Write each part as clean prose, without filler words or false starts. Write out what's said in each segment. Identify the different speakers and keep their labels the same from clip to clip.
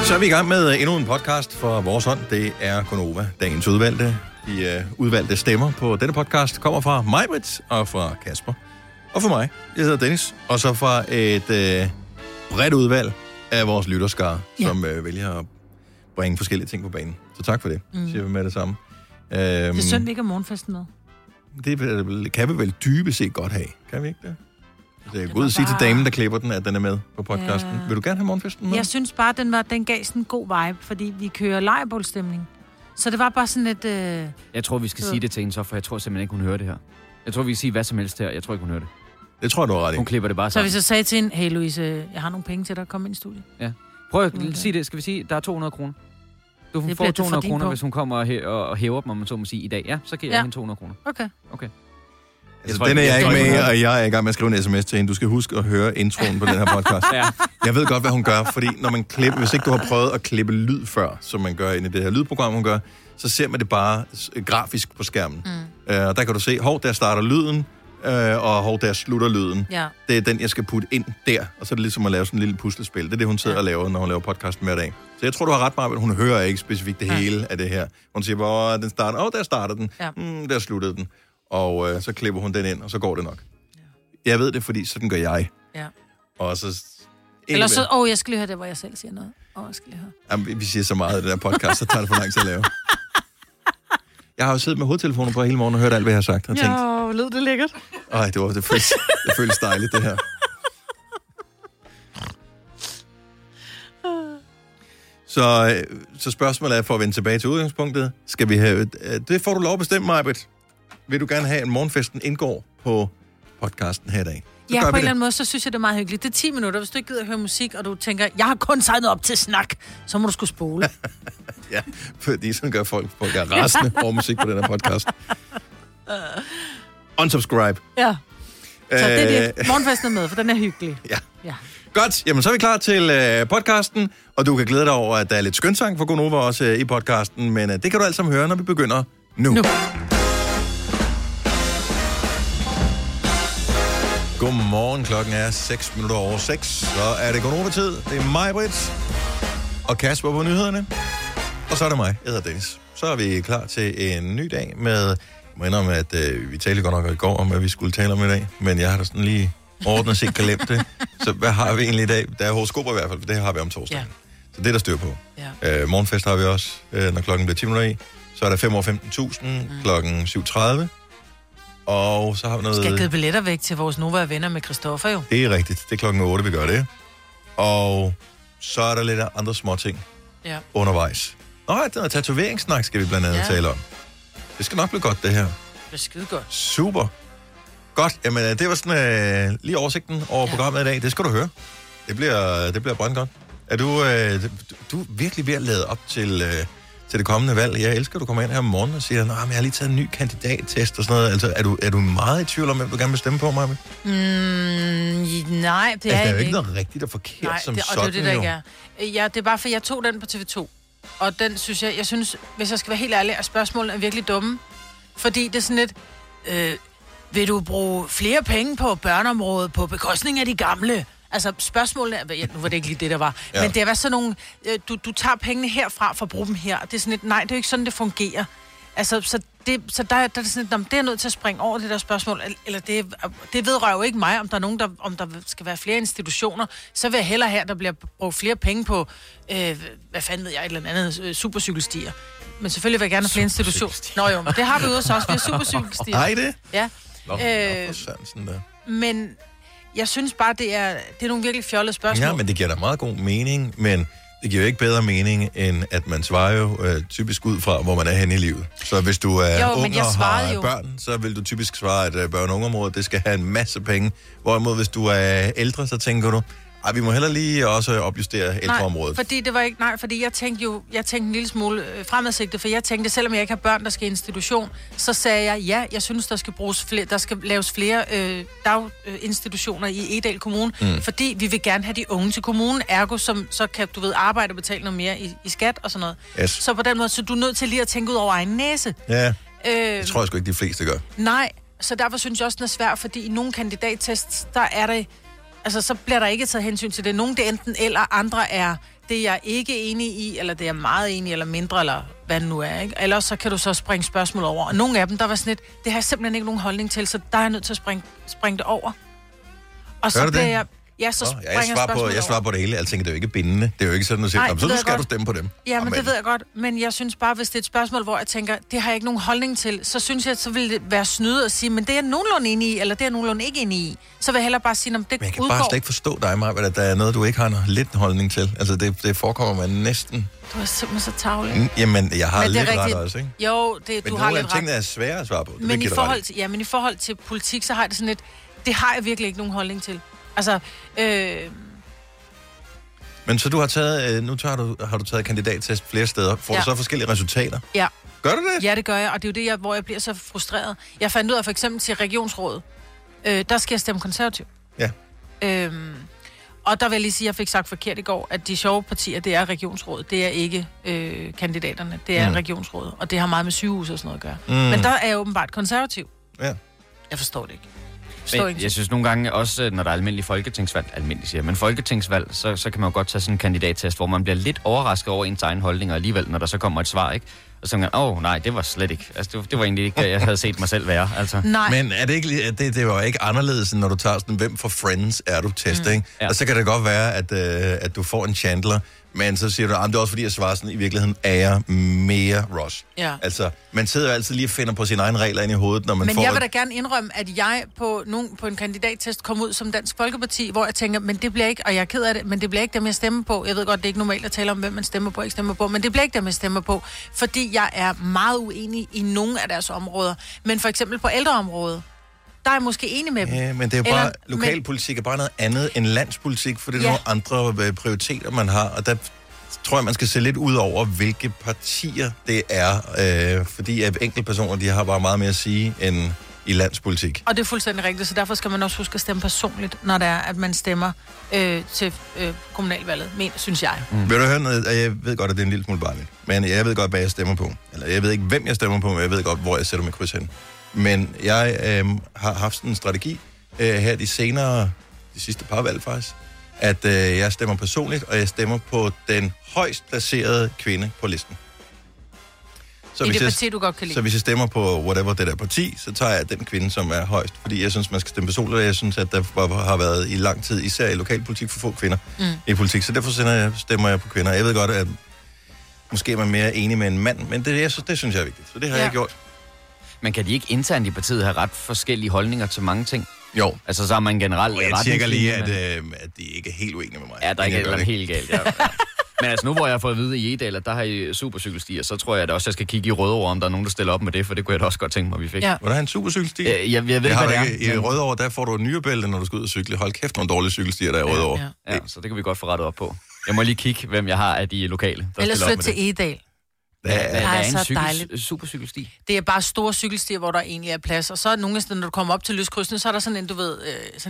Speaker 1: Så er vi i gang med endnu en podcast for vores hånd. Det er Gonova, dagens udvalgte. De udvalgte stemmer på denne podcast kommer fra Majbrit og fra Kasper. Og fra mig, jeg hedder Dennis. Og så fra et bredt udvalg af vores lytterskare, som vælger at bringe forskellige ting på banen. Så tak for det, siger vi med det samme.
Speaker 2: Det er synd, vi ikke har morgenfesten med.
Speaker 1: Det kan vi vel dybest set godt have. Kan vi ikke det? Det er godt at sige til damen, der klipper den, at den er med på podcasten. Ja. Vil du gerne have morgenfesten med?
Speaker 2: Jeg synes bare, den gav sådan en god vibe, fordi vi kører lejrebålstemning. Så det var bare sådan et...
Speaker 3: Jeg tror, vi skal sige det til hende så, for jeg tror simpelthen ikke, hun hører det her. Jeg tror, vi kan sige hvad som helst her. Jeg tror ikke, hun hører det.
Speaker 1: Det tror jeg, du har ret i.
Speaker 3: Hun klipper det bare sammen.
Speaker 2: Så vi så sagde til hende, hey Louise, jeg har nogle penge til dig at komme ind i studiet.
Speaker 3: Ja. Prøv at sige det. Skal vi sige, der er 200 kroner. Du får 200 kroner, hvis hun kommer og hæver dem, om man så må sige, i dag. Ja, så giver jeg hende 200 kroner.
Speaker 2: Okay.
Speaker 1: Altså, den er jeg ikke med, og jeg er i gang med at skrive en sms til hende. Du skal huske at høre introen på den her podcast.
Speaker 3: Ja.
Speaker 1: Jeg ved godt, hvad hun gør, fordi når man klipper, hvis ikke du har prøvet at klippe lyd før, som man gør inde i det her lydprogram, hun gør, så ser man det bare grafisk på skærmen. Og der kan du se, der starter lyden, og der slutter lyden.
Speaker 2: Ja.
Speaker 1: Det er den, jeg skal putte ind der, og så er det ligesom at lave sådan en lille puslespil. Det er det, hun sidder og laver, når hun laver podcasten hver dag. Så jeg tror, du har ret meget, men hun hører ikke specifikt det hele af det her. Hun siger, hvor den starter. Der starter den. Ja. Der sluttede den. Og så klipper hun den ind, og så går det nok. Ja. Jeg ved det, fordi sådan gør jeg.
Speaker 2: Ja.
Speaker 1: Og så...
Speaker 2: Eller så, jeg skal lige høre det, hvor jeg selv siger noget. Jeg skal lige høre.
Speaker 1: Jamen, vi siger så meget af det der podcast, så tager det for lang tid at lave. Jeg har jo siddet med hovedtelefoner på hele morgen og hørt alt, hvad jeg har sagt. Og tænkt,
Speaker 2: lød det lækkert.
Speaker 1: Det føles dejligt, det her. Så spørgsmålet er, for at vende tilbage til udgangspunktet, skal vi have... Det får du lov at bestemme, Majbrit. Vil du gerne have, at morgenfesten indgår på podcasten her i dag?
Speaker 2: Ja, på en eller anden måde, så synes jeg, det er meget hyggeligt. Det er 10 minutter. Hvis du ikke gider at høre musik, og du tænker, jeg har kun signet op til snak, så må du skulle spole.
Speaker 1: Ja, fordi sådan gør folk rasende over musik på den her podcast. Unsubscribe.
Speaker 2: Ja. Så det er det. Morgenfesten er med, for den er hyggelig.
Speaker 1: Ja. Godt, jamen så er vi klar til podcasten, og du kan glæde dig over, at der er lidt skønsang for Gonova også i podcasten, men det kan du alt sammen høre, når vi begynder nu. Godmorgen, klokken er 6:06, så er det Gonova-tid. Det er mig, Britt, og Kasper på nyhederne, og så er det mig, jeg hedder Dennis. Så er vi klar til en ny dag med, jeg må indrømme, at vi talte godt nok i går om, hvad vi skulle tale om i dag, men jeg har da sådan lige ordnet set glemt det. Så hvad har vi egentlig i dag? Der er horoskoper i hvert fald, for det har vi om torsdagen. Ja. Så det er der styr på. Ja. Morgenfest har vi også, når klokken bliver 10 minutter i. Så er der 5:15.000 klokken 7:30. Og så har vi noget...
Speaker 2: Vi skal give billetter væk til vores Nova venner med Christoffer jo.
Speaker 1: Det er rigtigt. Det er klokken 8, vi gør det. Og så er der lidt andre små ting undervejs. Det er tatoveringssnak, skal vi blandt andet tale om. Det skal nok blive godt, det her. Det
Speaker 2: er skide godt.
Speaker 1: Super. Godt. Jamen, det var sådan lige oversigten over programmet i dag. Det skal du høre. Det bliver brandgodt. Er du virkelig ved at lade op til det kommende valg? Jeg elsker, at du kommer ind her om morgenen og siger, men jeg har lige taget en ny kandidattest og sådan noget. Altså, er du meget i tvivl om, hvem du gerne vil stemme på, Maja?
Speaker 2: Nej, det er
Speaker 1: der er jo ikke noget rigtigt og forkert som sådan,
Speaker 2: og det er det, der ikke er. Ja, det er bare, for jeg tog den på TV2. Og den synes jeg synes, hvis jeg skal være helt ærlig, at spørgsmålene er virkelig dumme. Fordi det er sådan lidt, vil du bruge flere penge på børneområdet på bekostning af de gamle? Altså spørgsmålet er, nu var det ikke lige det, der var, men det er sådan nogle, du tager pengene herfra for at bruge dem her. Det er sådan lidt, nej, det er jo ikke sådan, det fungerer. Altså, så der er det sådan lidt, det er nødt til at springe over det der spørgsmål, eller det vedrører jo ikke mig, om der er nogen, om der skal være flere institutioner, så vil jeg hellere have, at der bliver brugt flere penge på, hvad fanden ved jeg, et eller andet supercykelstier. Men selvfølgelig vil jeg gerne have flere institutioner. Nå jo, men det har vi jo også, vi har supercykelstier.
Speaker 1: Hej det?
Speaker 2: Ja. Men jeg synes bare, det er nogle virkelig fjollede spørgsmål.
Speaker 1: Ja, men det giver da meget god mening, men det giver jo ikke bedre mening, end at man svarer jo typisk ud fra, hvor man er henne i livet. Så hvis du er ung og har børn, så vil du typisk svare, at børne- og ungeområdet, det skal have en masse penge. Hvorimod, hvis du er ældre, så tænker du, vi må heller lige også opjustere ældreområdet.
Speaker 2: Fordi jeg tænkte en lille smule fremadsigtet, for jeg tænkte, selvom jeg ikke har børn, der skal i institution, så sagde jeg, jeg synes, der skal laves flere daginstitutioner i Egedal Kommune, fordi vi vil gerne have de unge til kommunen, ergo som så kan, arbejde og betale noget mere i skat og sådan noget. Yes. Så på den måde, så du er nødt til lige at tænke ud over egen næse.
Speaker 1: Ja, det tror jeg sgu ikke, de fleste gør.
Speaker 2: Nej, så derfor synes jeg også, den er svær, fordi i nogle kandidattests, der er det... Altså, så bliver der ikke taget hensyn til det. Nogle det enten eller, andre er det jeg ikke er enig i, eller det jeg er meget enig i, eller mindre, eller hvad det nu er, ikke? Ellers så kan du så springe spørgsmål over. Og nogle af dem, der var sådan lidt, det har jeg simpelthen ikke nogen holdning til, så der er jeg nødt til at springe det over. Og så bliver jeg... Ja, så
Speaker 1: jeg svarer på det hele. Jeg tænker, det er jo ikke bindende. Det er jo ikke sådan, at sige, så nu skal du stemme på dem.
Speaker 2: Ja, men det ved jeg godt. Men jeg synes bare, hvis det er et spørgsmål, hvor jeg tænker, det har jeg ikke nogen holdning til, så synes jeg, så vil det være snyde at sige, men det er jeg nogenlunde enig i, eller det er jeg nogenlunde ikke enig i. Så vil jeg hellere bare sige, om det udgår.
Speaker 1: Men jeg kan bare slet ikke forstå dig, Maja, at der er noget, du ikke har lidt holdning til. Altså, det forekommer mig næsten...
Speaker 2: Du er simpelthen så tavlig.
Speaker 1: Jamen, jeg har lidt ret også, ikke?
Speaker 2: Jo, du har lidt ret. Men nogle af
Speaker 1: tingene er svære at svare på.
Speaker 2: Men i forhold til politik, så har jeg det sådan lidt, det har jeg virkelig ikke nogen holdning til. Altså,
Speaker 1: Men så du har taget, har du taget kandidattest flere steder. Får du så forskellige resultater?
Speaker 2: Ja.
Speaker 1: Gør du det?
Speaker 2: Ja, det gør jeg, og det er jo det, hvor jeg bliver så frustreret. Jeg fandt ud af for eksempel til regionsrådet, der skal jeg stemme konservativ.
Speaker 1: Ja.
Speaker 2: Og der vil jeg lige sige, at jeg fik sagt forkert i går, at de sjove partier, det er regionsrådet. Det er ikke kandidaterne, det er regionsrådet. Og det har meget med sygehus og sådan noget at gøre. Men der er jeg åbenbart konservativ.
Speaker 1: Ja.
Speaker 2: Jeg forstår det ikke.
Speaker 3: Men jeg synes nogle gange også, når der er almindelig folketingsvalg, så kan man jo godt tage sådan en kandidattest, hvor man bliver lidt overrasket over ens egen holdning, og alligevel, når der så kommer et svar, ikke? Og så tænker man, nej, det var slet ikke. Altså, det var egentlig ikke, jeg havde set mig selv være. Altså.
Speaker 2: Nej.
Speaker 1: Men er det ikke, det var ikke anderledes, når du tager sådan, hvem for Friends er du tester, ikke? Ja. Og så kan det godt være, at du får en Chandler, men så siger du, det er også fordi, jeg svarer sådan, i virkeligheden er jeg mere Ross.
Speaker 2: Ja.
Speaker 1: Altså, man sidder jo altid lige og finder på sine egne regler ind i hovedet, når man
Speaker 2: men
Speaker 1: får...
Speaker 2: Men jeg vil da gerne indrømme, at jeg på en kandidattest kom ud som Dansk Folkeparti, hvor jeg tænker, men det bliver ikke, og jeg er ked af det, men det bliver ikke dem, jeg stemmer på. Jeg ved godt, det er ikke normalt at tale om, hvem man stemmer på og ikke stemmer på, men det bliver ikke dem, jeg stemmer på, fordi jeg er meget uenig i nogle af deres områder. Men for eksempel på ældreområdet, der er jeg måske enig med dem.
Speaker 1: Ja, men det er jo bare, lokalpolitik er bare noget andet end landspolitik, for det er nogle andre prioriteter, man har, og der tror jeg, man skal se lidt ud over, hvilke partier det er, fordi enkeltpersoner, de har bare meget mere at sige end i landspolitik.
Speaker 2: Og det er fuldstændig rigtigt, så derfor skal man også huske at stemme personligt, når det er, at man stemmer til kommunalvalget, synes jeg.
Speaker 1: Vil du høre noget? Jeg ved godt, at det er en lille smule barnligt, men jeg ved godt, hvad jeg stemmer på. Eller jeg ved ikke, hvem jeg stemmer på, men jeg ved godt, hvor jeg sætter mit kryds hen. Men jeg har haft sådan en strategi her de sidste par valg faktisk, at jeg stemmer personligt, og jeg stemmer på den højst placerede kvinde på listen. Så
Speaker 2: i det parti, du godt kan lide.
Speaker 1: Så hvis jeg stemmer på whatever det der parti, så tager jeg den kvinde, som er højst. Fordi jeg synes, man skal stemme personligt, og jeg synes, at der har været i lang tid, især i lokalpolitik, for få kvinder i politik. Så derfor stemmer jeg på kvinder. Jeg ved godt, at måske er man mere enig med en mand, men det synes jeg er vigtigt. Så det har jeg gjort.
Speaker 3: Men kan de ikke internt i partiet have ret forskellige holdninger til mange ting?
Speaker 1: Jo.
Speaker 3: Altså, så er man generelt...
Speaker 1: Og jeg siger lige, at de ikke er helt uenige med mig.
Speaker 3: Ja, der er ikke noget helt galt, ja. Men altså, nu hvor jeg har fået at vide i Egedal, at der har I supercykelstier, så tror jeg at også, jeg skal kigge i Rødovre, om der er nogen, der stiller op med det, for det kunne jeg da også godt tænke mig, vi fik.
Speaker 1: Ja. Var der en supercykelsti?
Speaker 3: Jeg ved ikke, hvad det er.
Speaker 1: I Rødovre, der får du en nyrebælte, når du skal ud og cykle. Hold kæft, nogle dårlige cykelstier, der er i Rødovre.
Speaker 3: Ja, så det kan vi godt få rettet op på. Jeg må lige kigge, hvem jeg har af de lokale, der
Speaker 2: ellers
Speaker 3: stiller op med
Speaker 2: til Egedal.
Speaker 3: Hvad er en supercykelsti?
Speaker 2: Det er bare store cykelstier, hvor der egentlig er plads. Og så er nogle steder, når du kommer op til lyskrydsene, så er der sådan en, du ved,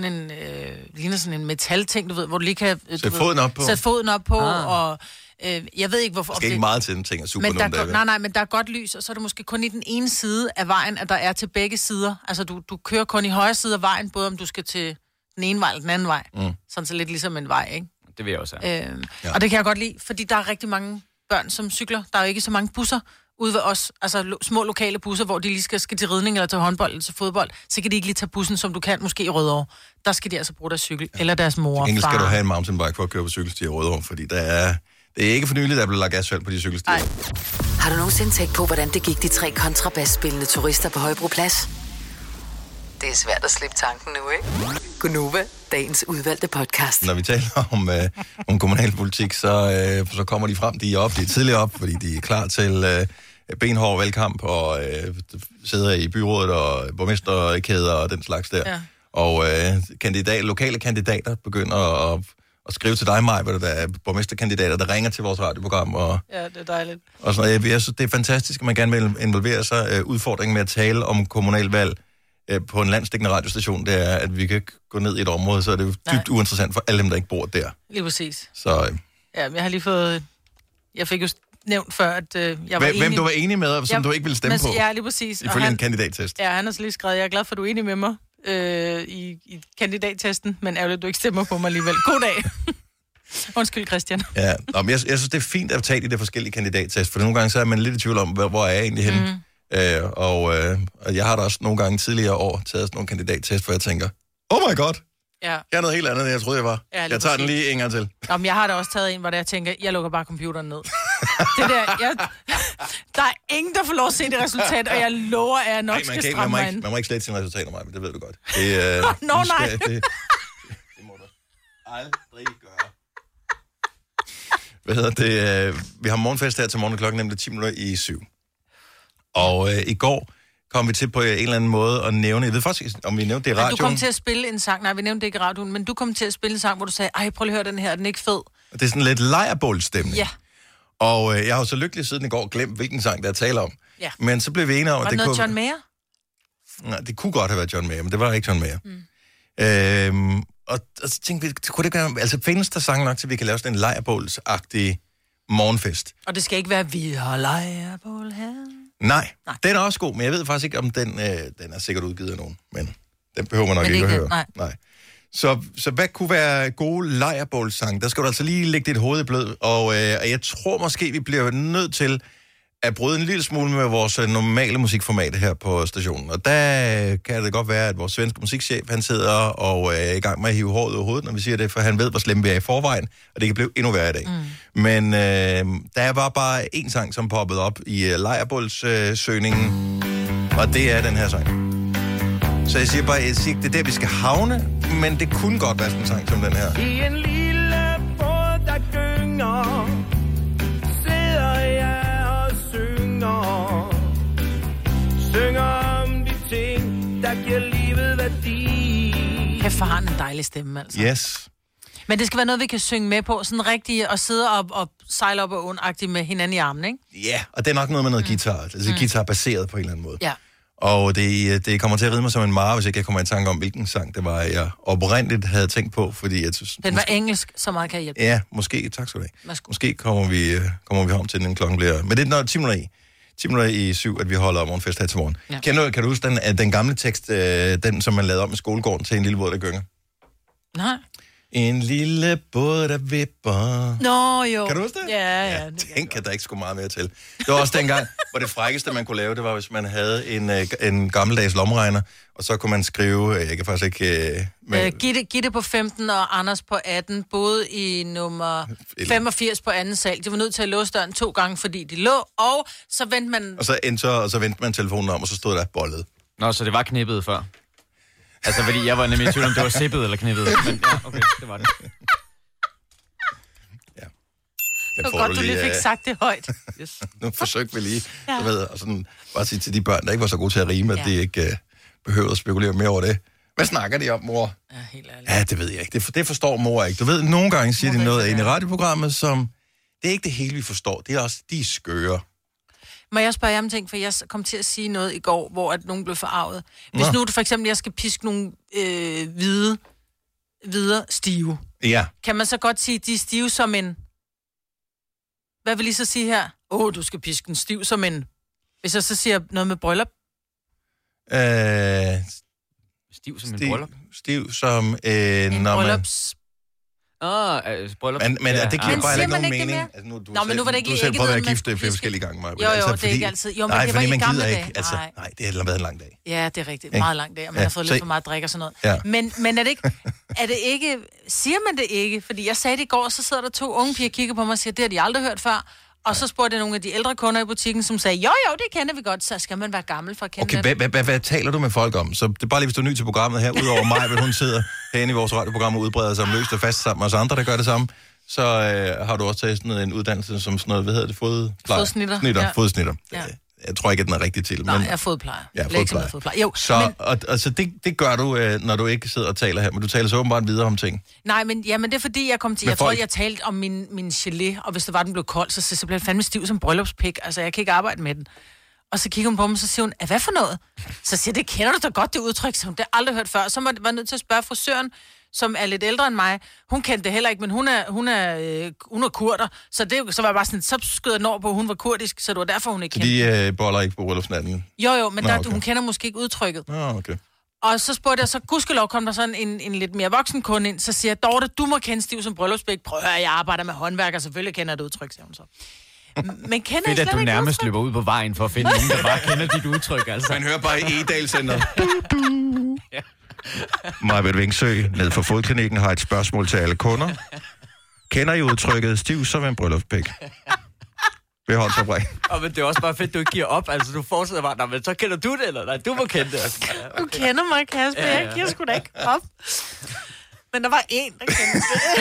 Speaker 2: ligner sådan en metalting, du ved, hvor du lige kan...
Speaker 1: Sæt foden op på.
Speaker 2: Og jeg ved ikke, hvorfor...
Speaker 1: Det skal ikke meget til den ting, at super
Speaker 2: Nej, men der er godt lys, og så er det måske kun i den ene side af vejen, at der er til begge sider. Altså, du kører kun i højre side af vejen, både om du skal til den ene vej eller den anden vej. Sådan så lidt ligesom en vej, ikke?
Speaker 3: Det vil jeg også have.
Speaker 2: Og det kan jeg godt lide, fordi der er rigtig mange børn, som cykler. Der er jo ikke så mange busser ude ved os, altså små lokale busser, hvor de lige skal til ridning eller til håndbold eller til fodbold, så kan de ikke lige tage bussen, som du kan, måske i Rødovre. Der skal de altså bruge deres cykel, eller deres mor og far.
Speaker 1: Skal du have en mountainbike for at køre på cykelstier i Rødovre, fordi det er ikke for nyligt, der er blevet lagt asfalt på de cykelstier.
Speaker 4: Ej. Har du nogensinde tænkt på, hvordan det gik de 3 kontrabasspillende turister på Højbroplads? Det er svært at slippe tanken nu, ikke? Gunova, dagens udvalgte podcast.
Speaker 1: Når vi taler om kommunalpolitik, så kommer de frem, de er tidligere op, fordi de er klar til benhård valgkamp og sidder i byrådet og borgmesterkæder og den slags der. Ja. Og lokale kandidater begynder at skrive til dig, Maj, hvor der er borgmesterkandidater, der ringer til vores radioprogram.
Speaker 2: Ja, det er dejligt.
Speaker 1: Og sådan, jeg synes, det er fantastisk, at man gerne vil involvere sig. Udfordringen med at tale om kommunalvalg på en landsdækkende radiostation, det er, at vi kan gå ned i et område, så er det jo dybt uinteressant for alle dem, der ikke bor der.
Speaker 2: Lige præcis.
Speaker 1: Så,
Speaker 2: ja, jeg har lige fået... Jeg fik jo nævnt før, at jeg var enig...
Speaker 1: Hvem du var enig med, og som du ikke ville stemme på?
Speaker 2: Ja, lige præcis.
Speaker 1: Ifølge en kandidattest.
Speaker 2: Ja, han har så lige skrevet, jeg er glad for, at du er enig med mig i kandidattesten, men ærgerligt, du ikke stemmer på mig alligevel. God dag. Undskyld, Christian.
Speaker 1: Ja, men jeg synes, det er fint at tage de der forskellige kandidattest, for nogle gange så er man lidt i tvivl om, hvor er jeg egentlig henne. Og jeg har da også nogle gange tidligere år taget sådan nogle kandidattest, hvor jeg tænker, oh my god,
Speaker 2: Ja.
Speaker 1: jeg er noget helt andet, end jeg troede, jeg var.
Speaker 2: Ja,
Speaker 1: Jeg tager den lige en gang til.
Speaker 2: Jamen, jeg har da også taget en, hvor jeg tænker, jeg lukker bare computeren ned. Det der, der er ingen, der får lov at se det resultat, og jeg lover, at jeg nok skal stramme mig ind.
Speaker 1: Man må ikke slette sine resultater, Maja, men det ved du godt.
Speaker 2: Nej.
Speaker 1: Det må du aldrig gøre. Hvad hedder det? Vi har morgenfest her til morgen, klokken nemlig 6:10. Og i går kom vi til på en eller anden måde at nævne, jeg ved faktisk ikke, om vi nævnte det i radioen.
Speaker 2: Du kom til at spille en sang, nej, vi nævnte det ikke i radioen, men du kom til at spille en sang, hvor du sagde, ej, prøv lige at høre den her, den er ikke fed.
Speaker 1: Det er sådan lidt lejrbålstemning.
Speaker 2: Ja.
Speaker 1: Og jeg har jo så lykkelig siden i går glemt, hvilken sang der er tale om.
Speaker 2: Ja.
Speaker 1: Men så blev vi enige om,
Speaker 2: at det
Speaker 1: kunne...
Speaker 2: John Mayer?
Speaker 1: Nej, det kunne godt have været John Mayer, men det var ikke John Mayer. Og så tænkte vi, kunne det gøre... Altså, findes der sang nok til, at vi kan lave sådan en lejrbålsagtig morgenfest?
Speaker 2: Og det skal ikke være, vi har lejrbål her.
Speaker 1: Nej, den er også god, men jeg ved faktisk ikke, om den er sikkert udgivet af nogen. Men den behøver man nok ikke at høre. Nej. Så hvad kunne være gode lejrbålssange? Der skal du altså lige lægge dit hoved i blød, og jeg tror måske, vi bliver nødt til at bryde en lille smule med vores normale musikformat her på stationen. Og der kan det godt være, at vores svenske musikchef, han sidder og er i gang med at hive håret ud af hovedet, når vi siger det, for han ved, hvor slemme vi er i forvejen, og det kan blive endnu værre i dag. Men der var bare en sang, som poppede op i lejrbålssøgningen, og det er den her sang. Så jeg siger bare, det er der, vi skal havne, men det kunne godt være sådan en sang som den her.
Speaker 5: I en lille båd, der gynger, sidder jeg og synger om de ting, der giver livet værdi.
Speaker 2: Kæft, for har han en dejlig stemme, altså.
Speaker 1: Yes.
Speaker 2: Men det skal være noget, vi kan synge med på, sådan rigtigt, og sidde op og sejle op og undagtigt med hinanden i armen, ikke?
Speaker 1: Ja, og det er nok noget med noget guitar, altså guitar baseret på en eller anden måde.
Speaker 2: Ja.
Speaker 1: Og det kommer til at ride mig som en mare, hvis ikke jeg kommer i tanke om, hvilken sang det var, jeg oprindeligt havde tænkt på, fordi jeg synes...
Speaker 2: Den var engelsk, så meget kan jeg hjælpe.
Speaker 1: Ja, måske. Tak skal du have.
Speaker 2: Værsgo.
Speaker 1: Måske kommer vi om til den klokken bliver... Men det er 10:10, at vi holder morgenfest her til morgen. Ja. Kan du huske den gamle tekst, den som man lavede om i skolegården til en lille båd, der gynger?
Speaker 2: Nej.
Speaker 1: En lille båd, der vipper.
Speaker 2: Nå, jo.
Speaker 1: Kan du huske det?
Speaker 2: Ja.
Speaker 1: Den kan der ikke sgu meget mere til. Det var også dengang, hvor det frækkeste, man kunne lave, det var, hvis man havde en gammeldags lomregner, og så kunne man skrive, jeg kan faktisk ikke...
Speaker 2: Gitte på 15 og Anders på 18 boede i nummer 85 på anden sal. De var nødt til at låse døren 2 gange, fordi de lå, og så vendte man...
Speaker 1: Og så vendte man telefonen om, og så stod der bollet.
Speaker 3: Nå, så det var knippet før. Altså, fordi jeg var nemlig i tvivl om, det var sippet eller knippet. Men ja, okay, det var det.
Speaker 1: Ja.
Speaker 2: Det var godt, du lige fik sagt det højt.
Speaker 3: Yes.
Speaker 1: Nu forsøgte vi lige, du ved, og sådan, bare sige til de børn, der ikke var så gode til at rime, at de ikke behøvede at spekulere mere over det. Hvad snakker de om, mor?
Speaker 2: Ja, helt ærligt.
Speaker 1: Ja, det ved jeg ikke. Det forstår mor ikke. Du ved, nogle gange siger de noget ind i radioprogrammet, som... Det er ikke det hele, vi forstår. Det er også, de er skøre.
Speaker 2: Må jeg spørge jer om ting, for jeg kom til at sige noget i går, hvor at nogen blev forarvet. Hvis nu for eksempel, jeg skal piske nogle videre stive.
Speaker 1: Ja.
Speaker 2: Kan man så godt sige, at de er stive som en... Hvad vil I så sige her? Du skal piske den stiv som en... Hvis jeg så siger noget med bryllup?
Speaker 3: Stiv som en bryllup?
Speaker 1: Stiv som
Speaker 2: en bryllups...
Speaker 3: Bryllup.
Speaker 1: Men det giver bare ikke nogen mening.
Speaker 2: Altså, nu var det ikke...
Speaker 1: Du selv prøvet at være gift flere forskellige gange, Maja.
Speaker 2: Jo, det er ikke altid. Jo, men
Speaker 1: nej,
Speaker 2: det var
Speaker 1: fordi man
Speaker 2: gamle
Speaker 1: gider
Speaker 2: dage.
Speaker 1: ikke. Altså, nej, det har været en lang dag.
Speaker 2: Ja, det er rigtigt. Meget lang dag, og man har fået lidt for meget drik og sådan noget.
Speaker 1: Ja.
Speaker 2: Men er det ikke... Siger man det ikke? Fordi jeg sagde det i går, så sidder der 2 unge piger og kigger på mig og siger, det har de aldrig hørt før. Og så spurgte jeg nogle af de ældre kunder i butikken, som sagde, jo, det kender vi godt, så skal man være gammel for at kende det.
Speaker 1: Hvad taler du med folk om? Så det er bare lige, hvis du er ny til programmet her, udover mig, hvor hun sidder herinde i vores radioprogram og udbreder sig om løst og fast sammen med os andre, der gør det samme, så har du også taget sådan en uddannelse som sådan noget, hvad hedder det? Fodsnitter.
Speaker 2: Ja.
Speaker 1: Jeg tror ikke, at den er rigtig til.
Speaker 2: Nej, jeg er fodplejer.
Speaker 1: Ja, fodplejer.
Speaker 2: Jo,
Speaker 1: så det gør du, når du ikke sidder og taler her, men du taler så åbenbart videre om ting.
Speaker 2: Nej, men det er fordi, jeg kom til... Jeg tror, jeg talte om min gelé, og hvis det var, den blev kold, så blev den fandme stiv som bryllupspik. Altså, jeg kan ikke arbejde med den. Og så kigger hun på mig, og så siger hun, hvad for noget? Så siger det kender du da godt, det udtryk, som det har aldrig hørt før. Så var jeg nødt til at spørge frisøren, som er lidt ældre end mig. Hun kendte det heller ikke, men hun er kurder. Så var jeg bare sådan, så skød jeg den over på, hun var kurdisk, så det var derfor, hun ikke kendte.
Speaker 1: De boller ikke på bryllupsnatten?
Speaker 2: Jo, men hun kender måske ikke udtrykket.
Speaker 1: Okay.
Speaker 2: Og så spurgte jeg, så gudskelov kom der sådan en lidt mere voksen kunde ind, så siger jeg, Dorte, du må kende stiv som bryllupsbæk. Prøv at høre, jeg arbejder med håndværker, selvfølgelig kender jeg det udtryk, siger hun så. Men kender
Speaker 3: Fedt, at du nærmest løber ud på vejen for at finde nogen, der bare kender dit udtryk, altså.
Speaker 1: Man hører bare i Egedal-centret. Majbert Vingsø, ned for fodklinikken, har et spørgsmål til alle kunder. Kender I udtrykket stiv som en bryllupspæk? Ved håndsopræk.
Speaker 3: Men det er også bare fedt, du ikke giver op. Altså, du fortsætter bare, men så kender du det, eller nej, du må kende det. Altså.
Speaker 2: Du kender mig, Kasper. Jeg giver sgu da ikke op. Men der var en, der kendte det.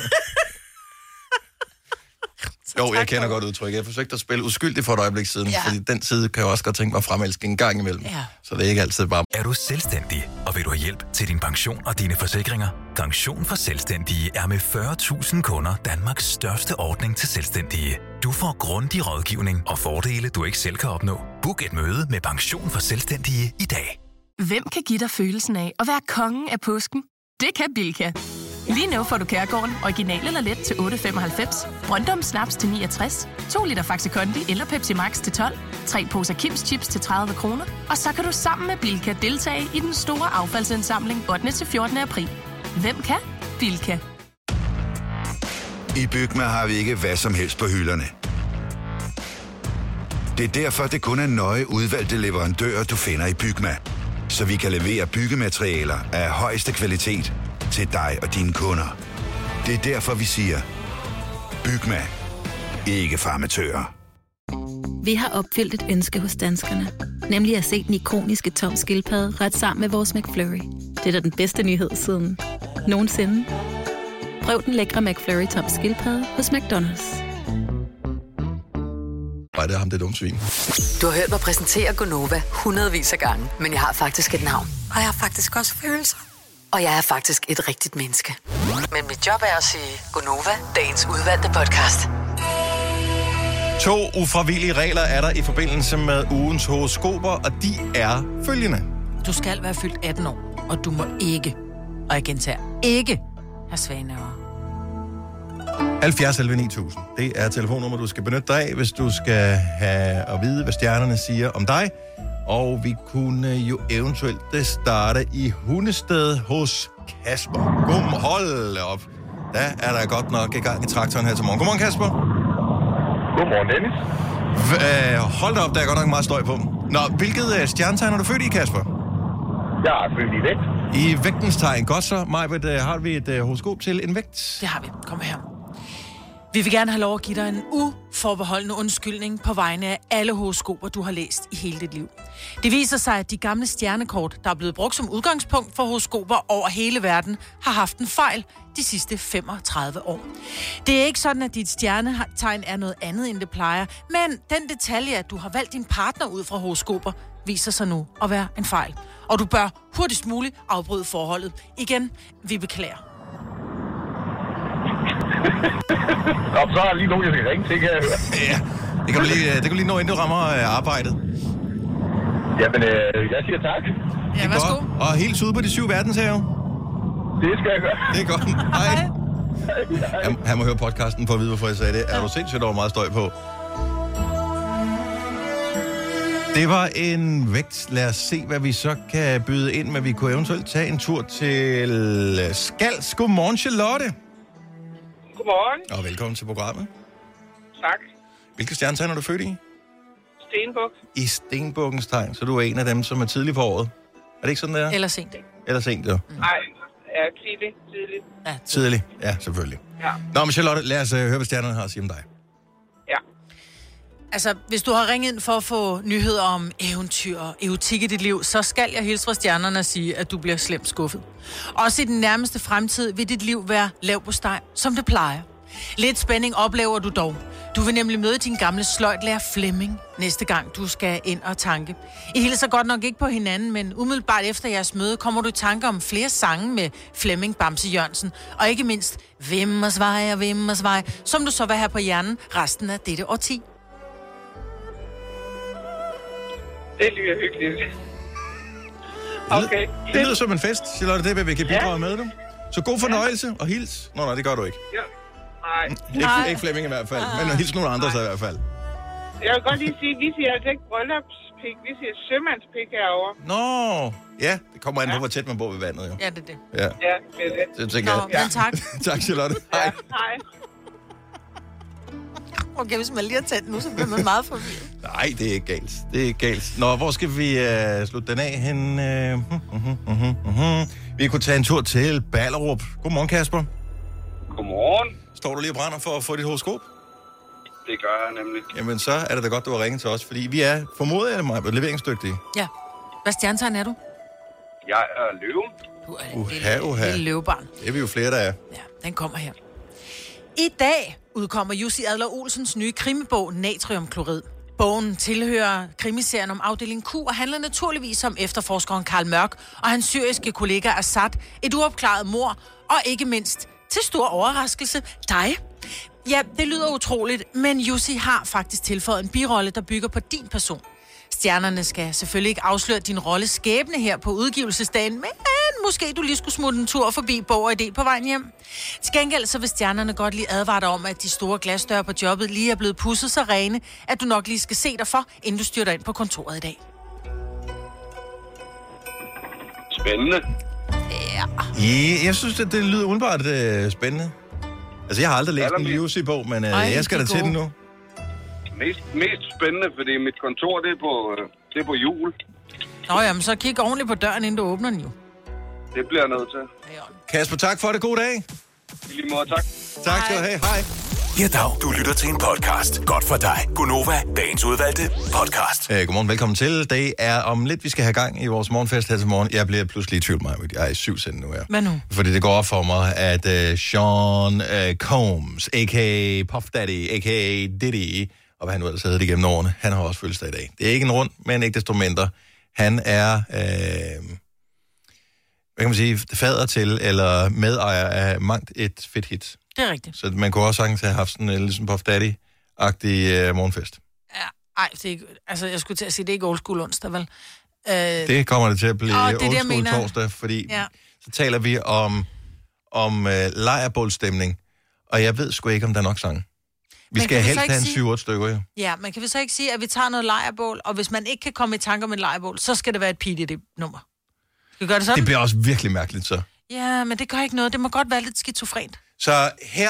Speaker 1: Jo, jeg kender godt udtryk. Jeg forsøgte at spille uskyldigt for et øjeblik siden, fordi den side kan jeg også godt tænke mig at fremelske en gang imellem. Ja. Så det er ikke altid bare...
Speaker 6: Er du selvstændig, og vil du have hjælp til din pension og dine forsikringer? Pension for Selvstændige er med 40.000 kunder Danmarks største ordning til selvstændige. Du får grundig rådgivning og fordele, du ikke selv kan opnå. Book et møde med Pension for Selvstændige i dag.
Speaker 7: Hvem kan give dig følelsen af at være kongen af påsken? Det kan Bilka. Lige nu får du Kærgården original eller let til 8,95, Brøndum Snaps til 69, 2 liter Faxi Kondi eller Pepsi Max til 12, 3 poser Kims Chips til 30 kroner, og så kan du sammen med Bilka deltage i den store affaldsindsamling 8. til 14. april. Hvem kan? Bilka.
Speaker 8: I Bygma har vi ikke hvad som helst på hylderne. Det er derfor, det kun er nøje udvalgte leverandører, du finder i Bygma. Så vi kan levere byggematerialer af højeste kvalitet til dig og dine kunder. Det er derfor, vi siger, Bygma. Ikke farmatører.
Speaker 9: Vi har opfyldt et ønske hos danskerne. Nemlig at se den ikoniske Tom Skildpadde ret sammen med vores McFlurry. Det er da den bedste nyhed siden nogensinde. Prøv den lækre McFlurry Tom Skildpadde hos McDonald's.
Speaker 1: Nej, det er ham, det er dumt svin.
Speaker 4: Du har hørt mig præsentere Gonova hundredvis af gange, men jeg har faktisk et navn. Og jeg har faktisk også følelser. Og jeg er faktisk et rigtigt menneske. Men mit job er at sige Gonova, dagens udvalgte podcast.
Speaker 1: 2 ufravillige regler er der i forbindelse med ugens horoskoper, og de er følgende.
Speaker 2: Du skal være fyldt 18 år, og du må ikke, og jeg gentager, ikke have svagenæver.
Speaker 1: 70 11 9000. Det er telefonnummer, du skal benytte dig af, hvis du skal have at vide, hvad stjernerne siger om dig. Og vi kunne jo eventuelt starte i Hundested hos Kasper. Hold op. Der er der godt nok i gang i traktoren her til morgen. Godmorgen, Kasper.
Speaker 10: Godmorgen, Dennis.
Speaker 1: Hold da op, der er godt nok meget støj på. Nå, hvilket stjernetegn er du født i, Kasper?
Speaker 10: Jeg er født i vægt.
Speaker 1: I vægtens tegn. Godt så. Majbert, har vi et horoskop til en vægt?
Speaker 2: Det har vi. Kom her. Vi vil gerne have lov at give dig en uforbeholdende undskyldning på vegne af alle horoskoper, du har læst i hele dit liv. Det viser sig, at de gamle stjernekort, der er blevet brugt som udgangspunkt for horoskoper over hele verden, har haft en fejl de sidste 35 år. Det er ikke sådan, at dit stjernetegn er noget andet, end det plejer, men den detalje, at du har valgt din partner ud fra horoskoper, viser sig nu at være en fejl. Og du bør hurtigst muligt afbryde forholdet. Igen, vi beklager.
Speaker 10: Og så er der lige nogen, jeg skal ringe til, kan jeg høre.
Speaker 1: Ja, det kan du lige nå, inden du rammer arbejdet.
Speaker 10: Jamen, jeg siger tak.
Speaker 2: Ja, værsgo.
Speaker 1: Og helt ude på de 7 verdenshave.
Speaker 10: Det skal jeg gøre.
Speaker 1: Det er godt. Hej. Han må høre podcasten for at vide, hvorfor jeg sagde det. Er du sindssygt, der var meget støj på? Det var en vægt. Lad os se, hvad vi så kan byde ind med. Vi kunne eventuelt tage en tur til Skals. Godmorgen, Charlotte.
Speaker 11: Godmorgen.
Speaker 1: Og velkommen til programmet.
Speaker 11: Tak.
Speaker 1: Hvilke stjernetegn er du født i?
Speaker 11: Stenbuk.
Speaker 1: I Stenbukkens tegn, så du er en af dem, som er tidlig på året. Er det ikke sådan, der?
Speaker 2: Eller sent.
Speaker 1: Eller sent, jo.
Speaker 11: Nej, ja, tidligt.
Speaker 2: Ja,
Speaker 1: tidlig. Ja, selvfølgelig.
Speaker 11: Ja.
Speaker 1: Nå, men Charlotte, lad os høre, hvad stjernerne har at sige om dig.
Speaker 11: Ja.
Speaker 2: Altså, hvis du har ringet ind for at få nyheder om eventyr og erotik i dit liv, så skal jeg hilse fra stjernerne og sige, at du bliver slemt skuffet. Også i den nærmeste fremtid vil dit liv være lav på steg, som det plejer. Lidt spænding oplever du dog. Du vil nemlig møde din gamle sløjtlærer Flemming næste gang, du skal ind og tanke. I hilser godt nok ikke på hinanden, men umiddelbart efter jeres møde kommer du i tanke om flere sange med Flemming Bamse Jørgensen, og ikke mindst Vimmersvej og Vimmersvej, som du så vil have på hjernen resten af dette årti.
Speaker 11: Det lyder hyggeligt. Okay.
Speaker 1: Det lyder som en fest, Charlotte, det vil vi kan bidrage med dem. Så god fornøjelse og hils. Nej, det gør du ikke.
Speaker 11: Ja. Nej.
Speaker 1: Ikke Flemming i hvert fald, men hils nogle andre så i hvert fald.
Speaker 11: Jeg vil godt lige sige, at vi siger altså ikke bryllupspæk. Sømandspik. Vi siger sømandspik herovre.
Speaker 1: Nå, ja, det kommer an på, hvor tæt man bor ved vandet, jo.
Speaker 2: Ja, det er det.
Speaker 1: Ja,
Speaker 11: Ja, det er det.
Speaker 1: så tænker jeg.
Speaker 2: Men tak.
Speaker 1: Tak, Charlotte. Hej.
Speaker 11: Hej.
Speaker 2: Okay, hvis man lige har tændt nu, så bliver man meget forvirret.
Speaker 1: Nej, det er ikke galt. Det er ikke galt. Nå, hvor skal vi slutte den af hen? Vi kunne tage en tur til Ballerup. Godmorgen, Kasper.
Speaker 10: Godmorgen.
Speaker 1: Står du lige og brænder for at få dit horoskop?
Speaker 10: Det gør jeg nemlig.
Speaker 1: Jamen, så er det da godt, du har ringet til os, fordi vi er, formodet af mig, leveringsdygtige.
Speaker 2: Ja. Hvad stjernetegn er du?
Speaker 10: Jeg er løven.
Speaker 2: Du er det lille løvebarn.
Speaker 1: Det er vi jo flere, der er.
Speaker 2: Ja, den kommer her. I dag udkommer Jussi Adler-Olsens nye krimibog Natriumklorid. Bogen tilhører krimiserien om afdeling Q og handler naturligvis om efterforskeren Karl Mørk og hans syriske kollega Assad, et uopklaret mord og ikke mindst, til stor overraskelse, dig. Ja, det lyder utroligt, men Jussi har faktisk tilføjet en birolle, der bygger på din person. Stjernerne skal selvfølgelig ikke afsløre din rolle skæbne her på udgivelsesdagen, men måske du lige skulle smutte en tur forbi Bog og Idé på vejen hjem. Til gengæld så vil stjernerne godt lige advare dig om, at de store glasdøre på jobbet lige er blevet pudset så rene, at du nok lige skal se dig for, inden du styrter ind på kontoret i dag.
Speaker 10: Spændende.
Speaker 1: Ja, jeg synes, at det lyder udenbart spændende. Altså, jeg har aldrig læst en Jussi-bog, men jeg skal da til den nu.
Speaker 10: Mest spændende, fordi mit kontor, det er på jul.
Speaker 2: Nå, jamen, så kig ordentligt på døren, inden du åbner den jo.
Speaker 10: Det bliver jeg nødt til.
Speaker 1: Kasper, tak for det. God dag.
Speaker 10: I lige måde, tak.
Speaker 1: Tak skal du have. Hej.
Speaker 6: Ja, dag. Du lytter til en podcast. Godt for dig. Gunova, dagens udvalgte podcast.
Speaker 1: Godmorgen, velkommen til. Det er om lidt, vi skal have gang i vores morgenfest her til morgen. Jeg bliver pludselig i tvivl, Maja. Jeg er i 7 send nu her.
Speaker 2: Hvad nu?
Speaker 1: Fordi det går op for mig, at Sean Combs, a.k.a. Puff Daddy, a.k.a. Diddy, og hvad han nu ellers hedder det gennem årene, han har også fødselsdag i dag. Det er ikke en rund, men ikke desto mindre. Han er, hvad kan man sige, fader til, eller medejer af mangt et fedt hit.
Speaker 2: Det er rigtigt.
Speaker 1: Så man kunne også sagtens have haft sådan en ligesom Puff Daddy-agtig morgenfest.
Speaker 2: Ja, ej, det er ikke, altså jeg skulle til at sige, det er ikke old school onsdag, vel?
Speaker 1: Det kommer det til at blive
Speaker 2: old
Speaker 1: school torsdag, fordi så taler vi om lejrbålstemning, og jeg ved sgu ikke, om der er nok sang. Vi skal helst have en 7-8 stykker, jo.
Speaker 2: Ja, men kan vi så ikke sige, at vi tager noget lejrbål, og hvis man ikke kan komme i tanke om et lejrbål, så skal det være et PDD-nummer. Skal vi gøre det sådan?
Speaker 1: Det bliver også virkelig mærkeligt, så.
Speaker 2: Ja, men det gør ikke noget. Det må godt være lidt skizofrent.
Speaker 1: Så her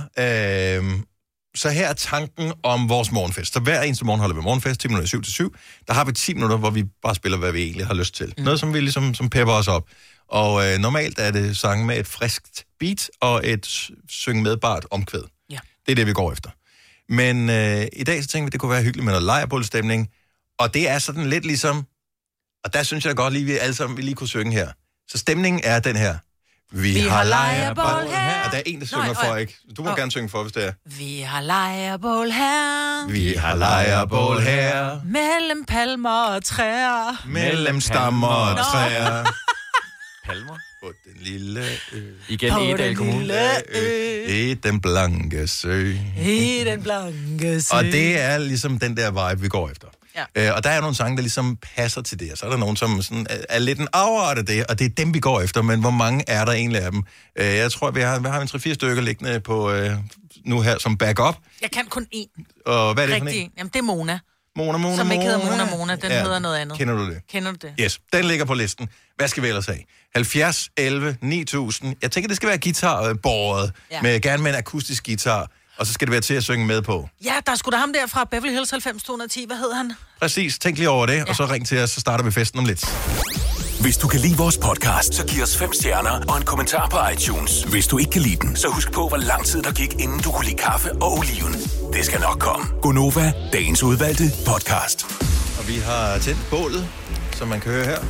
Speaker 1: er tanken om vores morgenfest. Så hver eneste morgen holder vi morgenfest, 10 minutter 7-7. Der har vi 10 minutter, hvor vi bare spiller, hvad vi egentlig har lyst til. Noget, som vi ligesom som pepper os op. Og normalt er det sange med et friskt beat og et synge medbart omkvæd.
Speaker 2: Ja.
Speaker 1: Det er det, vi går efter. Men i dag så tænker vi, det kunne være hyggeligt med noget lejrbålstemning. Og det er sådan lidt ligesom, og der synes jeg godt lige, vi alle sammen lige kunne synge her. Så stemningen er den her. Vi har lejrbål her. Og der er en, der synger for, ikke? Du må gerne synge for, hvis det er.
Speaker 2: Vi har lejrbål her.
Speaker 1: Vi har lejrbål her.
Speaker 2: Mellem palmer og træer.
Speaker 1: Mellem stammer og træer.
Speaker 3: Palmer?
Speaker 1: På den lille ø.
Speaker 3: Igen Egedal Kommune.
Speaker 1: I den blanke sø.
Speaker 2: I den blanke sø.
Speaker 1: Og det er ligesom den der vibe, vi går efter.
Speaker 2: Ja.
Speaker 1: Og der er nogle sange, der ligesom passer til det, og så er der nogen, som sådan er lidt en afart af det, og det er dem, vi går efter, men hvor mange er der egentlig af dem? Jeg tror, vi har en 3-4 stykker liggende på nu her som backup.
Speaker 2: Jeg kan kun én.
Speaker 1: Og hvad er det
Speaker 2: rigtig
Speaker 1: for en?
Speaker 2: Jamen, det er Mona.
Speaker 1: Mona.
Speaker 2: Som ikke hedder Mona. Den hedder noget andet.
Speaker 1: Kender du det?
Speaker 2: Kender du det?
Speaker 1: Yes, den ligger på listen. Hvad skal vi ellers have? 70, 11, 9000. Jeg tænker, det skal være guitarbåret, gerne med en akustisk guitar. Og så skal det være til at synge med på.
Speaker 2: Ja, der er sgu da ham der fra Beverly Hills 90210. Hvad hed han?
Speaker 1: Præcis. Tænk lige over det, og så ring til os, så starter vi festen om lidt.
Speaker 6: Hvis du kan lide vores podcast, så giv os 5 stjerner og en kommentar på iTunes. Hvis du ikke kan lide den, så husk på, hvor lang tid der gik, inden du kunne lide kaffe og oliven. Det skal nok komme. Gunova, dagens udvalgte podcast.
Speaker 1: Og vi har tændt bålet, som man kan høre her.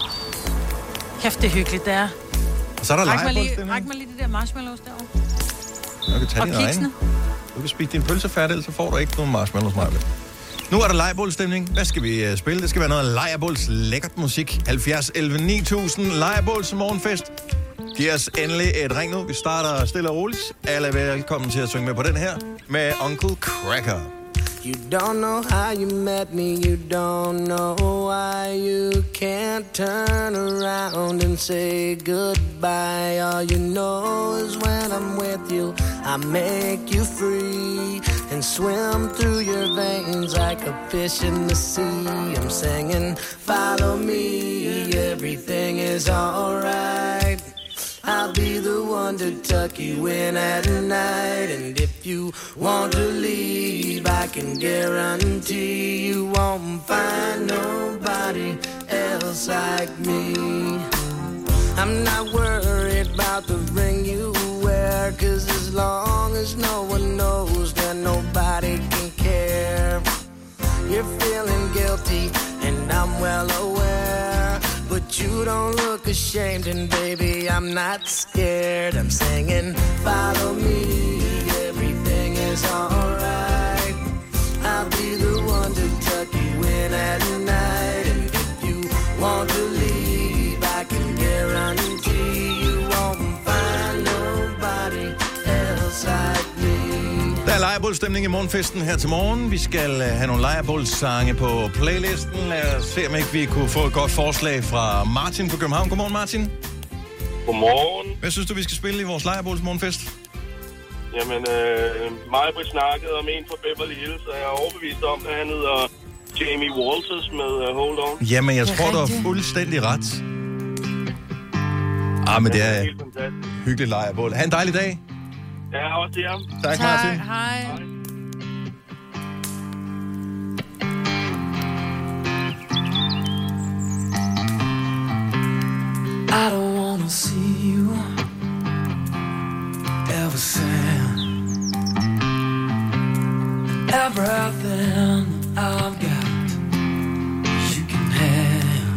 Speaker 2: Kæft, det er hyggeligt, det er.
Speaker 1: Og så er der lejrebålstemning.
Speaker 2: Ræk mig lige de der marshmallows derovre.
Speaker 1: Du kan tage dine egne. Du kan spise din pølse færdig, så får du ikke nogen marshmallows, Maja. Nu er der lejrbålstemning. Hvad skal vi spille? Det skal være noget lejrbåls lækkert musik. 70 11 9000 lejrbåls morgenfest. Giv os endelig et ring nu. Vi starter stille og roligt. Alle er velkommen til at synge med på den her med Uncle Cracker.
Speaker 12: You don't know how you met me, you don't know why you can't turn around and say goodbye. All you know is when I'm with you, I make you free. and swim through your veins like a fish in the sea. I'm singing, follow me, everything is alright. I'll be the one to tuck you in at night. And if you want to leave, I can guarantee you won't find nobody else like me. I'm not worried about the ring you wear, 'cause as long as no one knows, then nobody can care. You're feeling guilty, and I'm well aware, but you don't look ashamed, and baby, I'm not scared. I'm singing, follow me, everything is alright. I'll be the one to tuck you in at night. And if you want to leave, I can guarantee you won't find nobody else like me.
Speaker 1: Der er lejrebålstemning i morgenfesten her til morgen. Vi skal have nogle lejrebålssange på playlisten. Lad os se, om ikke vi kunne få et godt forslag fra Martin fra København. Godmorgen, Martin.
Speaker 13: Godmorgen.
Speaker 1: Hvad synes du, vi skal spille i vores lejrebålsmorgenfest?
Speaker 13: Jamen, Majbrit snakkede om en fra Beverly Hills, og jeg er overbevist om, at han hedder Jamie Walters med Hold On.
Speaker 1: Jamen, jeg tror, du har fuldstændig ret. Men det er hyggeligt lejrebål. Ha' en dejlig dag.
Speaker 13: Ja, også det her.
Speaker 1: Tak, Martin.
Speaker 2: Hej.
Speaker 12: I don't wanna see you ever sad. Everything I've got you can have.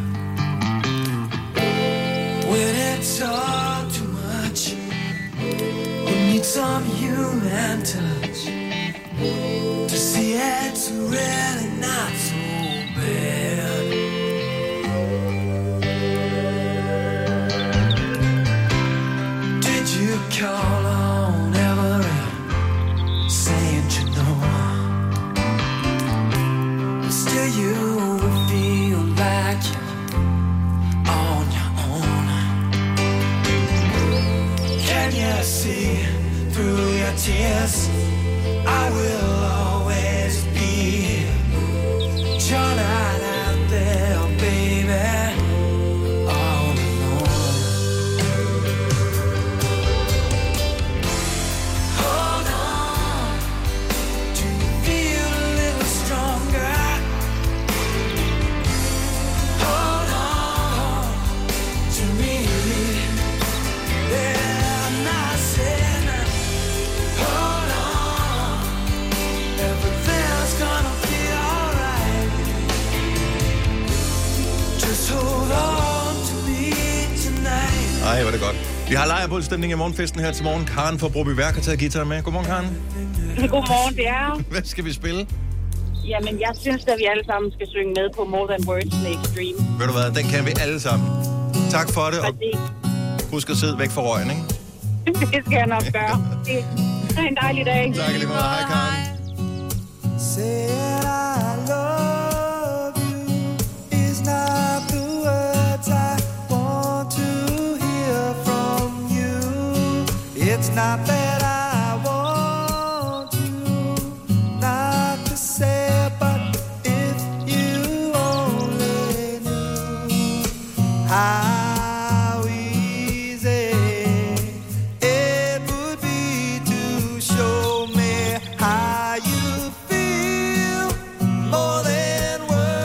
Speaker 12: When it's all too much, you need some human touch to see it's really not so bad. Did you call on Everett, saying you know? Still you will feel like you're on your own. Can you see through your tears? I will always be here. You're not out there, baby, all alone. Hold on, do you feel a little stronger? Hold on to me. Yeah, I'm not saying hold on, everything's gonna be alright. Just hold on to me tonight.
Speaker 1: Ej, hvor er det godt. Vi har lejrebålstemning i morgenfesten her til morgen. Karen fra Brobyværk har taget guitar med. Godmorgen, Karen.
Speaker 11: Godmorgen, det er.
Speaker 1: Hvad skal vi spille?
Speaker 11: Jamen, jeg synes, at vi alle sammen skal synge med på More Than Words med Extreme.
Speaker 1: Ved du hvad, den kan vi alle sammen. Tak for det, og husk at sidde væk fra røgen, ikke?
Speaker 11: Det skal jeg nok gøre. Det er en dejlig dag.
Speaker 1: Tak lige meget. Hej, Karen.
Speaker 12: Said I love you is not the words I want to hear from you. It's not that I want you not to say, but if you only knew how easy it would be to show me how you feel. More than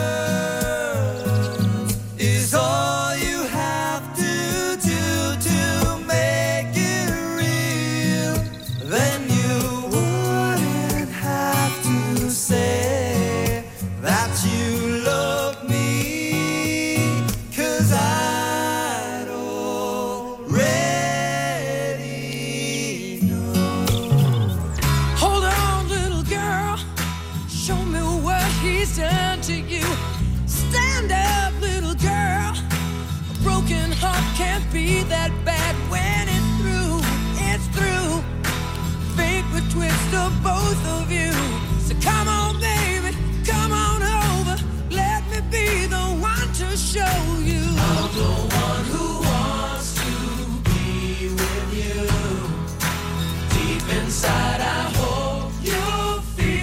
Speaker 12: words is all you have to do to make it real. Then you wouldn't have to say that you love me, 'cause I'd already know. Hold on, little girl, show me what he's done to you. Stand up, little girl, a broken heart can't be that bad when it's through, it's through. Fate would twist of both of you. So come on, baby, come on over, let me be the one to show you. I'm the one who wants to be with you. Deep inside I hope you'll feel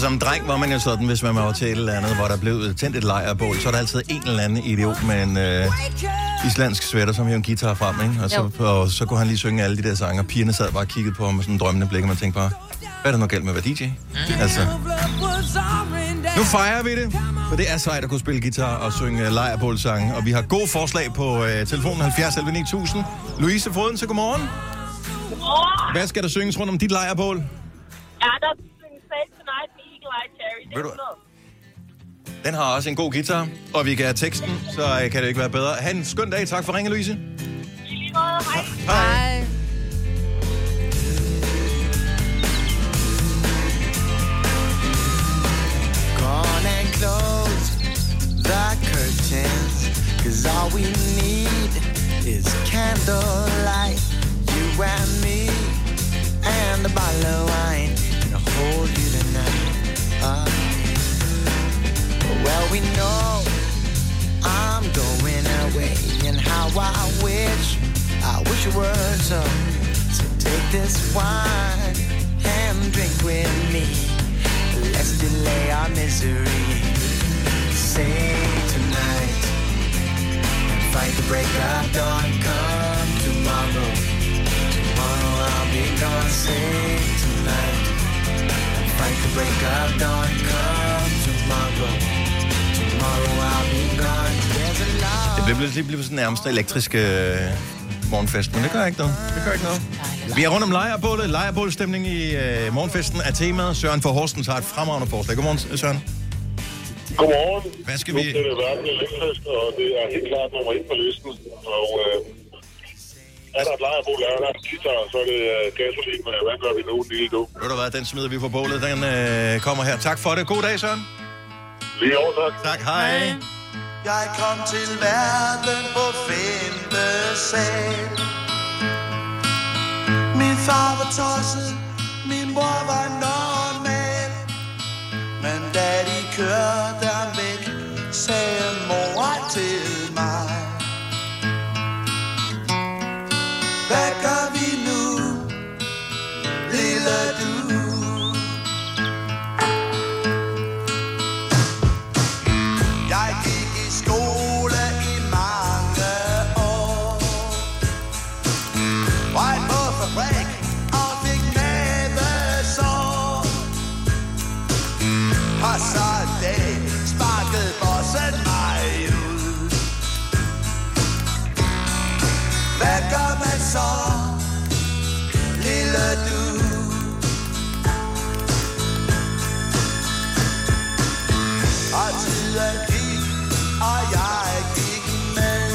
Speaker 1: som dreng var man jo sådan, hvis man var til et eller andet, hvor der blev tændt et lejrbål, så er der altid en eller anden idiot med en islandsk sweater, som hævde en guitar frem, ikke? Og så kunne han lige synge alle de der sange, og pigerne sad bare og kiggede på ham med sådan en drømmende blik, og man tænkte bare, hvad er der noget galt med at være DJ? Altså. Nu fejrer vi det, for det er sejt at kunne spille guitar og synge lejrbålsange, og vi har gode forslag på telefonen 70 11 9000. Louise Foden, så godmorgen.
Speaker 11: Godmorgen.
Speaker 1: Hvad skal der synges rundt om dit lejrbål?
Speaker 11: Ja, der synges Save Tonight med Eagle Eye Cherry.
Speaker 1: Den har også en god guitar, og vi kan have teksten, så kan det ikke være bedre. Ha' en skøn dag. Tak for ringen, Louise.
Speaker 11: I lige måde. Hej.
Speaker 2: Hej.
Speaker 12: Gone and close the curtains, 'cause all we need is candlelight. You and me and a bottle of wine, and I'll hold you tonight. Well, we know I'm going away, and how I wish it were so. So take this wine and drink with me. Let's delay our misery. Save tonight and fight the break of dawn. Come tomorrow, tomorrow I'll be gone. Save tonight and fight the break of dawn. Come tomorrow, tomorrow I'll be gone. There's a lot.
Speaker 1: Det bliver sådan nærmest elektrisk morgenfest, men det gør ikke noget. Vi er rundt om lejrbålet. Lejrbålstemning i morgenfesten er temaet. Søren fra Horsens har et fremragende forslag. Godmorgen, Søren.
Speaker 13: Godmorgen.
Speaker 1: Hvad skal
Speaker 13: vi...
Speaker 1: vi...
Speaker 13: Nu bliver det verden elektrisk, og det er helt klart nummer 1 på listen. Og er der et lejrbål, er der en guitar, så er det gasolin. Hvad gør vi nu, lille du?
Speaker 1: Ved du hvad, den smider vi på bålet. Den kommer her. Tak for det. God dag, Søren.
Speaker 13: Lige over, tak.
Speaker 1: Tak, hej.
Speaker 12: Jeg kom til verden på 5. sal. Min far var tosset, min bror var normal. Men da de kørte ham væk, sagde mor til mig: hvad gør vi nu, lille du? Jeg gik i skole i mange år, røg på fabrik og fik nævesår. Og så en dag sparkede bossen mig ud. Hvad gør man så, lille du? Og tiden gik, og jeg gik med.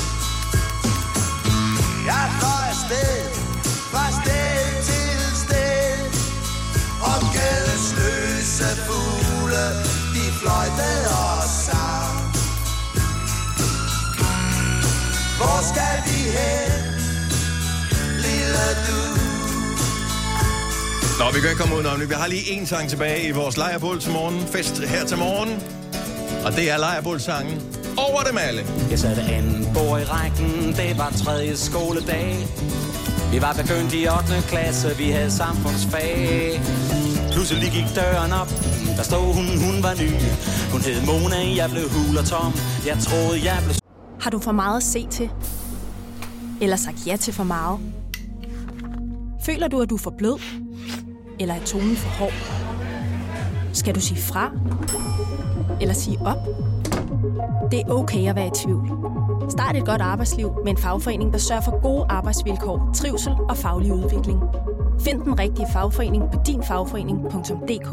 Speaker 12: Jeg fløj afsted, fra sted til sted, og gældesløse fugle, de fløjtede og sang. Hvor skal vi hen, lille du?
Speaker 1: Nå, vi kan ikke komme udenom det. Vi har lige en sang tilbage i vores lejrbål til morgen. Fest her til morgen. Og det er lejrbålsangen over dem alle.
Speaker 14: Jeg satte anden bord i rækken, det var 3. skoledag. Vi var begyndt i 8. klasse, vi havde samfundsfag. Pludselig gik døren op, der stod hun var ny. Hun hed Mona, jeg blev hul og tom. Jeg troede, jeg blev...
Speaker 15: Har du for meget at se til? Eller sagt ja til for meget? Føler du, at du er for blød? Eller er tonen for hård? Skal du sige fra? Eller sige op? Det er okay at være i tvivl. Start et godt arbejdsliv med en fagforening, der sørger for gode arbejdsvilkår, trivsel og faglig udvikling. Find den rigtige fagforening på dinfagforening.dk.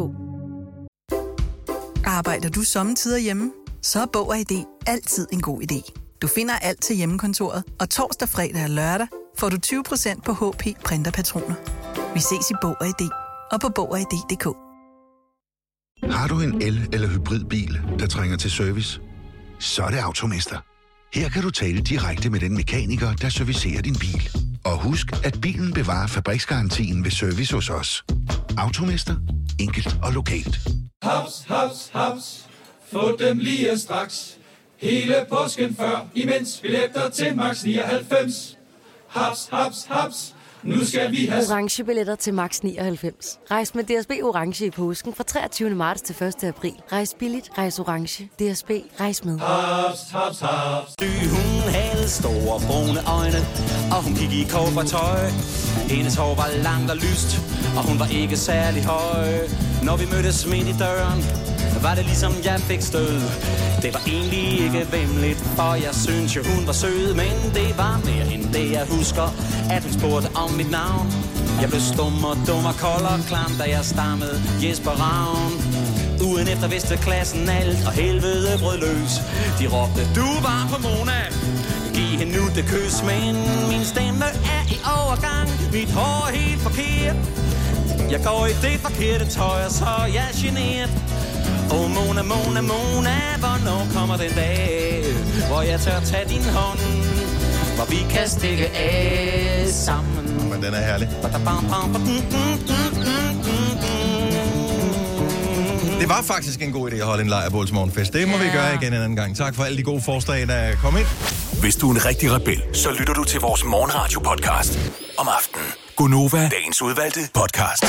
Speaker 16: Arbejder du sommetider hjemme? Så er Bog & ID altid en god idé. Du finder alt til hjemmekontoret, og torsdag, fredag og lørdag får du 20% på HP printerpatroner. Vi ses i Bog & ID og på Bog & ID.dk.
Speaker 8: Har du en el- eller hybridbil, der trænger til service? Så er det Automester. Her kan du tale direkte med den mekaniker, der servicerer din bil. Og husk, at bilen bevarer fabriksgarantien ved service hos os. Automester. Enkelt og lokalt.
Speaker 17: Haps, haps, haps. Få dem lige straks. Hele påsken før, imens billetter til max 99. Haps, haps, haps. Nu skal vi have
Speaker 18: orange billetter til max 99. Rejs med DSB orange i påsken fra 23. marts til 1. april. Rejs billigt, rejs orange. DSB, rejs med.
Speaker 17: haps, haps, haps.
Speaker 14: Hun havde store brune øjne, og hun gik i cowboytøj. Hendes hår var langt og lyst, og hun var ikke særlig høj. Når vi mødtes midt i døren, var det ligesom jeg fik stød. Det var egentlig ikke vemmeligt, for jeg synes jo hun var sød. Men det var mere end det jeg husker, at hun spurgte om mit navn. Jeg blev stum og dum og kold og klam, da jeg stammede Jesper Ravn. Ugen efter vidste klassen alt, og helvede brød løs. De råbte, du var på Mona, giv hende nu det kys. Men min stemme er i overgang, mit hår er helt forkert. Jeg går i det forkerte tøj, og så er jeg generet. Åh, Mona, Mona, Mona, hvornår kommer den dag, hvor jeg tør tage din hånd, hvor vi kan stikke af sammen.
Speaker 1: Men den er herlig. Det var faktisk en god idé at holde en lejrbålsmorgenfest. Det må vi gøre igen en anden gang. Tak for alle de gode forslag, der er kommet ind.
Speaker 6: Hvis du er en rigtig rebel, så lytter du til vores morgenradio-podcast om aftenen. Gonova, dagens udvalgte podcast.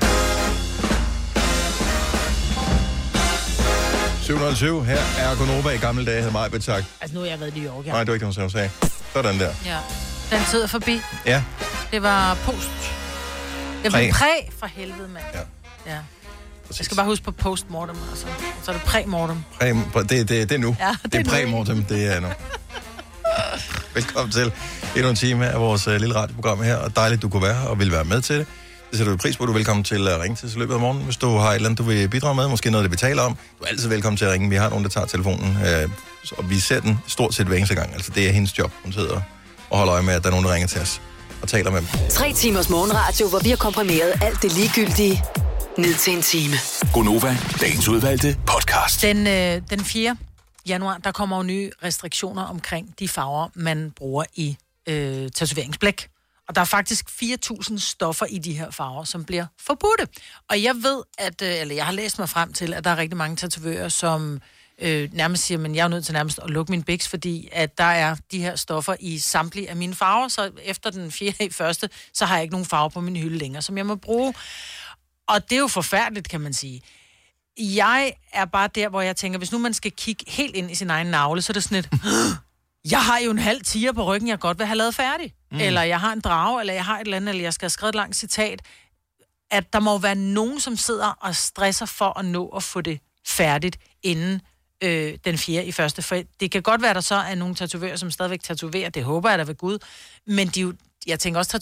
Speaker 1: 707, her er Gonova. I gamle dage havde mig sagt.
Speaker 2: Altså nu har jeg været i New York, ja.
Speaker 1: Nej, det var ikke det, hun sagde. Sådan der.
Speaker 2: Ja. Den tid er forbi.
Speaker 1: Ja.
Speaker 2: Det var post. Det var præ for helvede, mand. Ja. Jeg skal bare huske på postmortem, altså. Så er det præmortem.
Speaker 1: Det er nu.
Speaker 2: Ja,
Speaker 1: det er præmortem, det er nu. Velkommen til endnu en time af vores lille radioprogram her, og dejligt, du kunne være her og vil være med til det. Det sætter vi pris på, du er velkommen til at ringe til i løbet af morgenen, hvis du har et eller andet, du vil bidrage med, måske noget, det vi taler om. Du er altid velkommen til at ringe. Vi har nogen, der tager telefonen, og vi ser den stort set hver eneste gang. Altså, det er hendes job. Hun sidder og holder øje med, at der er nogen, der ringer til os og taler med dem.
Speaker 4: 3 timers morgenradio, hvor vi har komprimeret alt det ligegyldige ned til en time.
Speaker 6: Gonova, dagens udvalgte podcast.
Speaker 2: Den 4. januar, der kommer jo nye restriktioner omkring de farver, man bruger i tatoveringsblæk. Og der er faktisk 4.000 stoffer i de her farver, som bliver forbudte. Og jeg ved, jeg har læst mig frem til, at der er rigtig mange tatovører, som nærmest siger, men jeg er nødt til nærmest at lukke min biks, fordi at der er de her stoffer i samtlige af mine farver, så efter den 4. så har jeg ikke nogen farve på min hylde længere, som jeg må bruge. Og det er jo forfærdeligt, kan man sige. Jeg er bare der, hvor jeg tænker, hvis nu man skal kigge helt ind i sin egen navle, så er det sådan et, jeg har jo en halv tiger på ryggen, jeg godt vil have lavet færdig. Eller jeg har en drage, eller jeg har et eller andet, eller jeg skal have skrevet et langt citat. At der må være nogen, som sidder og stresser for at nå at få det færdigt inden den 4. For det kan godt være, der så er nogle tatovører, som stadigvæk tatoverer. Det håber jeg da ved Gud. Men jeg tænker også,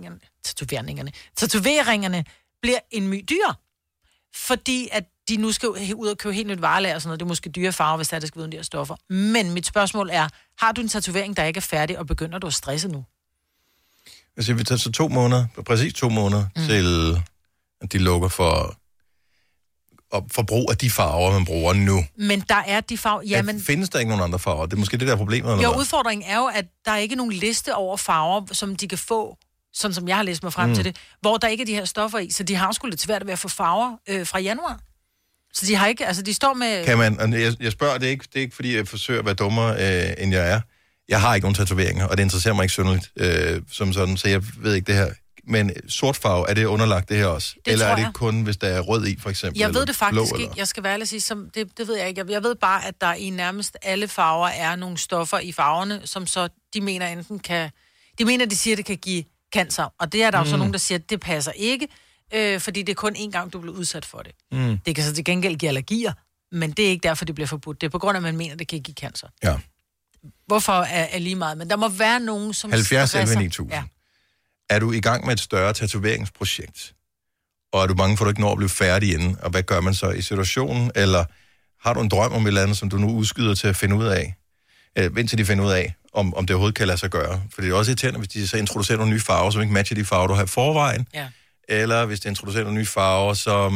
Speaker 2: tatoveringerne bliver en my dyr. Fordi at de nu skal ud og købe helt nyt varelager og sådan noget. Det er måske dyre farver, hvis der skal vide de her stoffer. Men mit spørgsmål er, har du en tatovering, der ikke er færdig, og begynder du at stresse nu?
Speaker 1: Altså, vi tager så præcis 2 måneder, til at de lukker for brug af de farver, man bruger nu.
Speaker 2: Men der er de farver... Jamen,
Speaker 1: findes der ikke nogen andre farver? Det er måske det der problemet, eller
Speaker 2: jo,
Speaker 1: hvad?
Speaker 2: udfordringen er jo, at der er ikke nogen liste over farver, som de kan få, sådan som jeg har læst mig frem til det, hvor der ikke er de her stoffer i, så de har sgu lidt svært ved at få farver fra januar. Så de har ikke... Altså, de står med...
Speaker 1: Kan man... Jeg spørger, det er ikke fordi, jeg forsøger at være dummere, end jeg er. Jeg har ikke nogen tatoveringer, og det interesserer mig ikke synderligt som sådan, så jeg ved ikke det her. Men sort farve, er det underlagt det her også?
Speaker 2: Det
Speaker 1: eller er det
Speaker 2: jeg.
Speaker 1: Kun, hvis der er rød i, for eksempel?
Speaker 2: Jeg ved det faktisk
Speaker 1: blå,
Speaker 2: ikke. Jeg skal være ærlig at sige, det ved jeg ikke. Jeg ved bare, at der i nærmest alle farver er nogle stoffer i farverne, som så de mener enten kan... De siger, det kan give cancer. Og det er der jo så nogen, der siger, at det passer ikke, fordi det er kun én gang, du bliver udsat for det. Det kan så til gengæld give allergier, men det er ikke derfor, det bliver forbudt. Det er på grund af, at man mener, at det kan give cancer.
Speaker 1: Ja.
Speaker 2: Hvorfor er lige meget? Men der må være nogen, som
Speaker 1: 70
Speaker 2: stresser.
Speaker 1: 9000. Ja. Er du i gang med et større tatoveringsprojekt, og er du bange for, at du ikke når at blive færdig inden, og hvad gør man så i situationen? Eller har du en drøm om et eller andet, som du nu udskyder til at finde ud af? Indtil de finder ud af, om det overhovedet kan lade sig gøre. For det er også irriterende, hvis de så introducerer nogle nye farver, som ikke matcher de farver, du har i forvejen. Ja. Eller hvis de introducerer nogle nye farver, som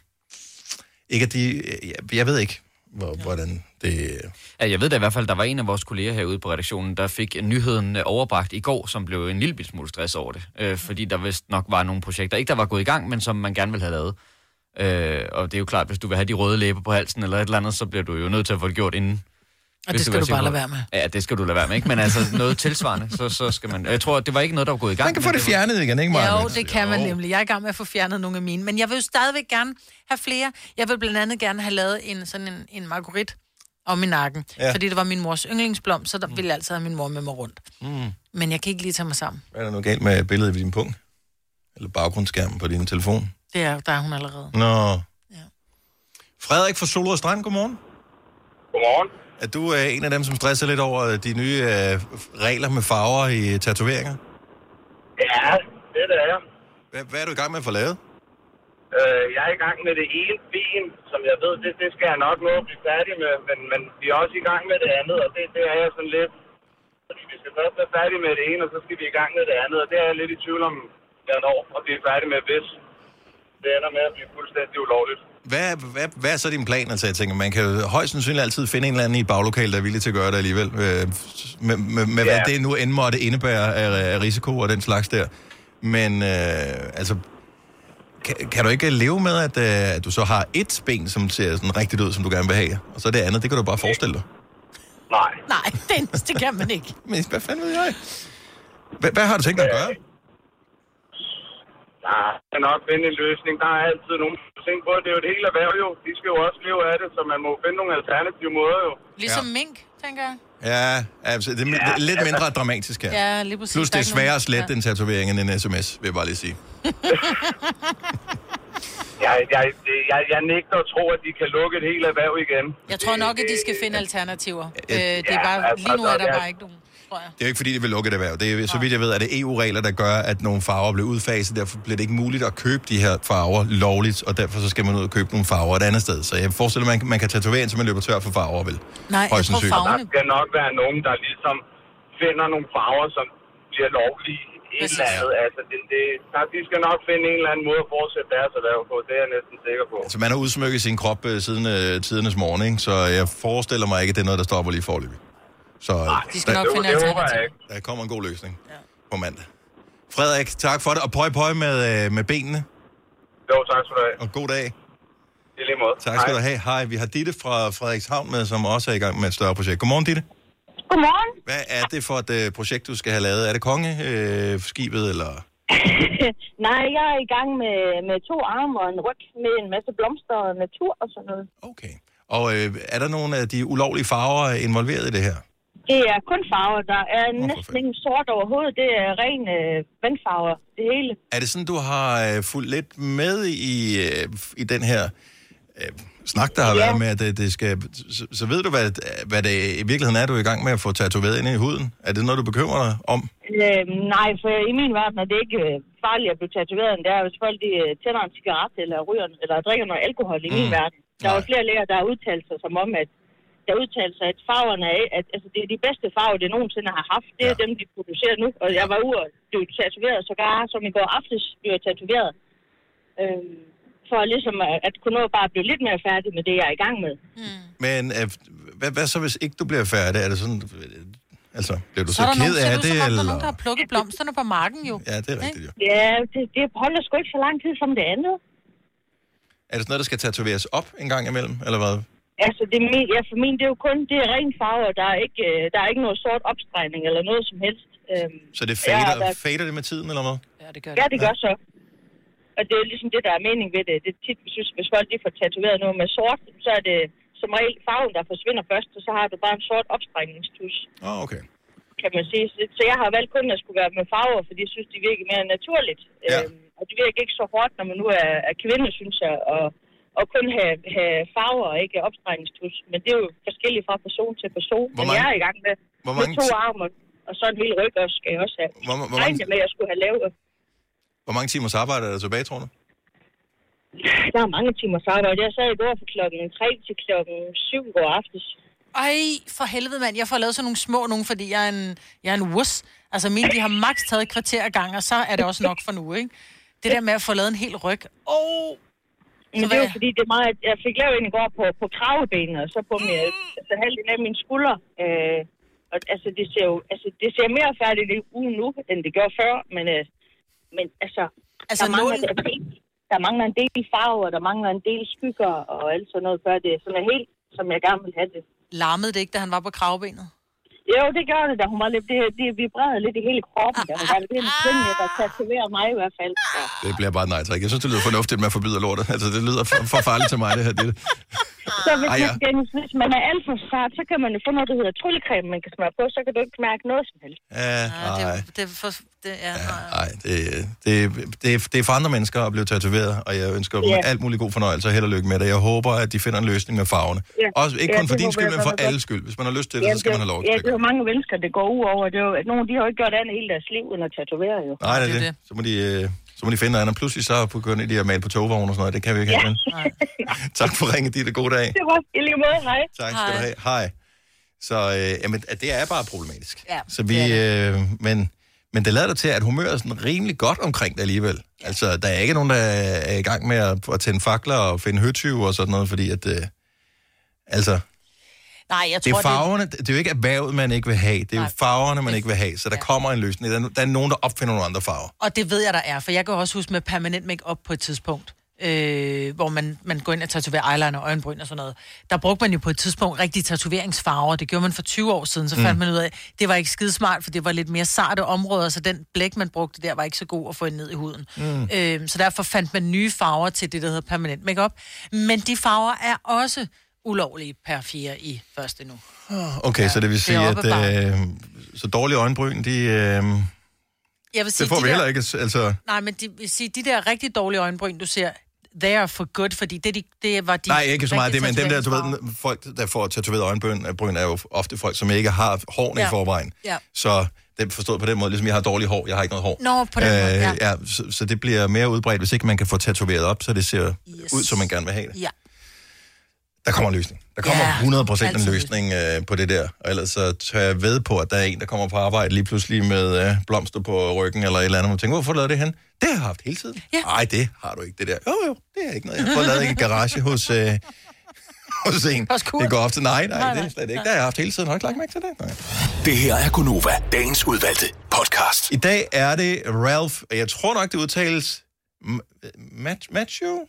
Speaker 1: ikke er de... Jeg ved ikke, hvordan det...
Speaker 3: Ja, jeg ved da i hvert fald, der var en af vores kolleger herude på redaktionen, der fik nyheden overbragt i går, som blev en lille smule stress over det. Fordi der vist nok var nogle projekter, ikke der var gået i gang, men som man gerne ville have lavet. Og det er jo klart, hvis du vil have de røde læber på halsen eller et eller andet, så bliver du jo nødt til at få det gjort inden.
Speaker 2: Og det skal du bare lade være med.
Speaker 3: Ja, det skal du lade være med, ikke? Men altså noget tilsvarende, så skal man... Jeg tror, det var ikke noget, der var gået i gang.
Speaker 1: Man kan få det fjernet igen, ikke Maja?
Speaker 2: Jo, det kan man nemlig. Jeg er i gang med at få fjernet nogle af mine. Men jeg vil jo stadigvæk gerne have flere. Jeg vil blandt andet gerne have lavet en marguerit om i nakken. Ja. Fordi det var min mors yndlingsblom, så der ville jeg altid have min mor med mig rundt. Men jeg kan ikke lige tage mig sammen.
Speaker 1: Er der noget galt med billedet i din punkt? Eller baggrundsskærmen på din telefon?
Speaker 2: Der er hun allerede.
Speaker 1: Nå. Ja. Frederik fra Solrød Strand, godmorgen.
Speaker 13: Godmorgen.
Speaker 1: Er du en af dem, som stresser lidt over de nye regler med farver i tatoveringer?
Speaker 13: Ja, det er jeg.
Speaker 1: Hvad er du i gang med at få lavet?
Speaker 13: Jeg er i gang med det ene ben, som jeg ved, det skal jeg nok nå at blive færdig med, men vi er også i gang med det andet, og det er jeg sådan lidt... Fordi vi skal først være færdige med det ene, og så skal vi i gang med det andet, og det er jeg lidt i tvivl om, jeg når, og det er færdig med, hvis det ender med at blive fuldstændig ulovligt.
Speaker 1: Hvad er så din plan? Altså, jeg tænker, man kan jo højst sandsynligt altid finde en eller anden i et baglokale, der er villig til at gøre det alligevel. Med hvad det nu end måtte indebære af risiko og den slags der. Men altså, kan du ikke leve med, at du så har et ben, som ser sådan rigtigt ud, som du gerne vil have, og så det andet, det kan du bare forestille dig?
Speaker 13: Nej,
Speaker 2: det kan man ikke.
Speaker 1: Men hvad fanden ved jeg? Hvad har du tænkt dig at gøre?
Speaker 13: Jeg kan nok finde en løsning. Der er altid nogen, der tænker på, det er jo et helt erhverv jo. De skal jo også leve af det, så man må finde nogle alternative måder jo.
Speaker 2: Ligesom mink, tænker jeg.
Speaker 1: Ja, altså, det er lidt mindre dramatisk her.
Speaker 2: Ja, lige præcis.
Speaker 1: Plus det er sværere at slette en tatovering end en sms, vil jeg bare lige sige.
Speaker 13: Jeg nægter at tro, at de kan lukke et helt erhverv igen.
Speaker 2: Jeg tror nok, at de skal finde alternativer. Det er bare, lige nu er der bare ikke nogen.
Speaker 1: Det er jo ikke fordi, de vil lukke et erhverv. Det er, så vidt jeg ved, at det EU-regler, der gør, at nogle farver bliver udfaset. Derfor bliver det ikke muligt at købe de her farver lovligt, og derfor så skal man ud og købe nogle farver et andet sted. Så jeg forestiller mig, at man kan tatovere indtil man løber tør for farver, vel?
Speaker 2: Nej, jeg tror farverne...
Speaker 13: Der skal nok være nogen, der ligesom finder nogle farver, som bliver lovlige et eller andet. Altså, de skal nok finde en eller anden måde at fortsætte deres erhverv på. Det er jeg næsten sikker på.
Speaker 1: Altså, man har udsmykket sin krop siden tidernes morgen, ikke? Så jeg forestiller mig ikke, at det er noget, der stopper lige forløbig. Så
Speaker 2: de skal nok finde alternativer.
Speaker 1: Der kommer en god løsning på mandag. Frederik, tak for det, og pøj med benene.
Speaker 13: Jo, tak skal du have.
Speaker 1: Og god dag.
Speaker 13: I lige måde.
Speaker 1: Tak skal du have. Hej, vi har Ditte fra Frederikshavn med, som også er i gang med et større projekt. Godmorgen, Ditte.
Speaker 11: Godmorgen.
Speaker 1: Hvad er det for et projekt, du skal have lavet? Er det kongeskibet, eller?
Speaker 11: Nej, jeg er i gang med 2 arme og en ryg med en masse blomster og natur og sådan noget.
Speaker 1: Okay. Og er der nogle af de ulovlige farver involveret i det her?
Speaker 11: Det er kun farver. Der er næsten ingen sort overhovedet. Det er ren vandfarver, det hele.
Speaker 1: Er det sådan, du har fulgt lidt med i den her snak, der har været med, at det skal... Så ved du, hvad det i virkeligheden er, du er i gang med at få tatoveret ind i huden? Er det noget, du bekymrer dig om?
Speaker 11: Nej, for i min verden er det ikke farligt at blive tatoveret, end det er, hvis folk tænder en cigaret eller ryger eller drikker noget alkohol i min verden. Der er jo flere læger, der har udtalt sig som om, at at farverne er, altså det er de bedste farver, det nogensinde har haft. Det er dem, de producerer nu. Og jeg var ude og blev tatoveret, sågar som i går aftes blev jeg tatoveret. For ligesom at kunne nå bare blive lidt mere færdig med det, jeg er i gang med.
Speaker 1: Men hvad så, hvis ikke du bliver færdig? Er det sådan... Altså, bliver du så ked af det, eller? Så er der
Speaker 2: nogen, der har plukket blomsterne på marken, jo.
Speaker 1: Ja, det er rigtigt, jo.
Speaker 11: Ja, det holder sgu ikke så lang tid som det andet.
Speaker 1: Er det sådan noget, der skal tatoveres op en gang imellem, eller hvad?
Speaker 11: Altså, for min, det er jo kun, det er ren farver. Der er ikke noget sort opstregning eller noget som helst.
Speaker 1: Så det fader det med tiden, eller hvad?
Speaker 11: Ja, det gør det. Ja, det gør så. Og det er ligesom det, der er mening ved det. Det er tit, hvis folk får tatoveret noget med sort, så er det som regel farven, der forsvinder først, og så har du bare en sort opstregningstus.
Speaker 1: Okay.
Speaker 11: Kan man sige. Så jeg har valgt kun at skulle være med farver, fordi jeg synes, de virker mere naturligt. Ja. Og det virker ikke så hårdt, når man nu er kvinde, synes jeg, og kun have farver og ikke opstregningstus. Men det er jo forskelligt fra person til person. Men jeg er i gang med 2 arme, og så en hel ryg også, skal jeg også have. Hvor med, jeg skulle have lavet.
Speaker 1: Hvor mange timers arbejde er der tilbage, tror du?
Speaker 11: Der er mange timers arbejde. Jeg sad i går fra klokken 3 til klokken 7 i går aftes.
Speaker 2: Ej, for helvede, mand. Jeg får lavet sådan nogle små nogle, fordi jeg er en wuss. Altså, de har maks taget et kvarter af gang, og så er det også nok for nu, ikke? Det der med at få lavet en hel ryg.
Speaker 11: Men det er jo fordi, det er meget... Jeg fik lavet en i går på kravebenet, og så på halvdelen af mine skuldre. Og altså, det ser mere færdigt ud nu, end det gjorde før, men der mangler en del farver, der mangler en del skygger og alt sådan noget, før det sådan er helt, som jeg gerne vil have det.
Speaker 2: Larmede det ikke, da han var på kravbenet?
Speaker 11: Jo, det gør det, da hun var lidt... Det vibrerede lidt i hele kroppen, da hun var lidt. Det er en ting, der tatoverer mig i hvert fald. Så.
Speaker 1: Det bliver bare et nej-træk. Jeg synes, det lyder fornuftigt, at man forbyder lortet. Altså, det lyder for farligt til mig, det her.
Speaker 11: Så hvis man er alt for sart, så kan man jo få noget, der hedder tryllecreme, man kan smøre på, så kan du ikke mærke noget som helst.
Speaker 1: Det er for andre mennesker at blive tatoveret, og jeg ønsker dem alt muligt god fornøjelse og held og lykke med det. Jeg håber, at de finder en løsning med farverne. Også ikke kun for din skyld, men for alles skyld. Hvis man har lyst til det, så skal man have lov til det.
Speaker 11: Ja, det er jo mange mennesker, det går ud over. Det er jo, at nogle de har jo ikke gjort andet hele deres liv, end at tatovere jo.
Speaker 1: Nej, det er det. Så må de finde andet. Pludselig så begynder de at male på togvogn og sådan noget. Det kan vi ikke have. Tak for ringet, Ditte. God dag.
Speaker 11: Det var i lige måde. Hej.
Speaker 1: Tak skal du have. Hej. Så jamen, det er bare problematisk.
Speaker 2: Ja,
Speaker 1: så vi, men det lader til, at humøret er sådan rimelig godt omkring det alligevel. Altså, der er ikke nogen, der er i gang med at tænde fakler og finde høtyve og sådan noget, fordi at...
Speaker 2: Nej, jeg tror,
Speaker 1: det er farverne, det er jo ikke erhvervet, man ikke vil have. Det er jo farverne, man ikke vil have. Så der kommer en løsning. Der er nogen, der opfinder nogle andre farver.
Speaker 2: Og det ved jeg, der er. For jeg kan også huske med permanent make-up på et tidspunkt, hvor man går ind og tatoverer eyeliner, øjenbryn og sådan noget. Der brugte man jo på et tidspunkt rigtige tatoveringsfarver. Det gjorde man for 20 år siden. Så fandt man ud af, det var ikke skidesmart, for det var lidt mere sarte områder, så den blæk, man brugte der, var ikke så god at få ned i huden. Så derfor fandt man nye farver til det, der hedder permanent make-up. Men de farver er også ulovlige per 4 i første nu.
Speaker 1: Okay, så det vil sige, at så dårlige øjenbryn,
Speaker 2: jeg vil sige,
Speaker 1: det får vi heller ikke, altså...
Speaker 2: Nej, men de vil sige, de der rigtig dårlige øjenbryn, du ser, they are for good, fordi det var de...
Speaker 1: Nej, ikke så meget det, men dem der, du ved, folk, der får tatoveret øjenbryn, er jo ofte folk, som ikke har hårene i forvejen. Ja. Så det er forstået på den måde, ligesom jeg har dårligt hår, jeg har ikke noget hår.
Speaker 2: Nå, på den måde,
Speaker 1: ja. Så det bliver mere udbredt, hvis ikke man kan få tatoveret op, så det ser ud, som man gerne vil have det.
Speaker 2: Ja.
Speaker 1: Der kommer en løsning. Der kommer 100% en løsning på det der. Og ellers så tør jeg ved på, at der er en, der kommer på arbejde lige pludselig med blomster på ryggen eller et eller andet. Man tænker, hvorfor lavede det hen? Det har jeg haft hele tiden. Nej, det har du ikke, det der. Jo, det er ikke noget. Jeg har fået lavet i en garage hos en. Det går ofte. Nej, det er slet ikke. Det har jeg haft hele tiden. Har du ikke lagt mærke til det? Nej.
Speaker 6: Det her er Gonova, dagens udvalgte podcast.
Speaker 1: I dag er det Ralph, og jeg tror nok, det udtales Macchio.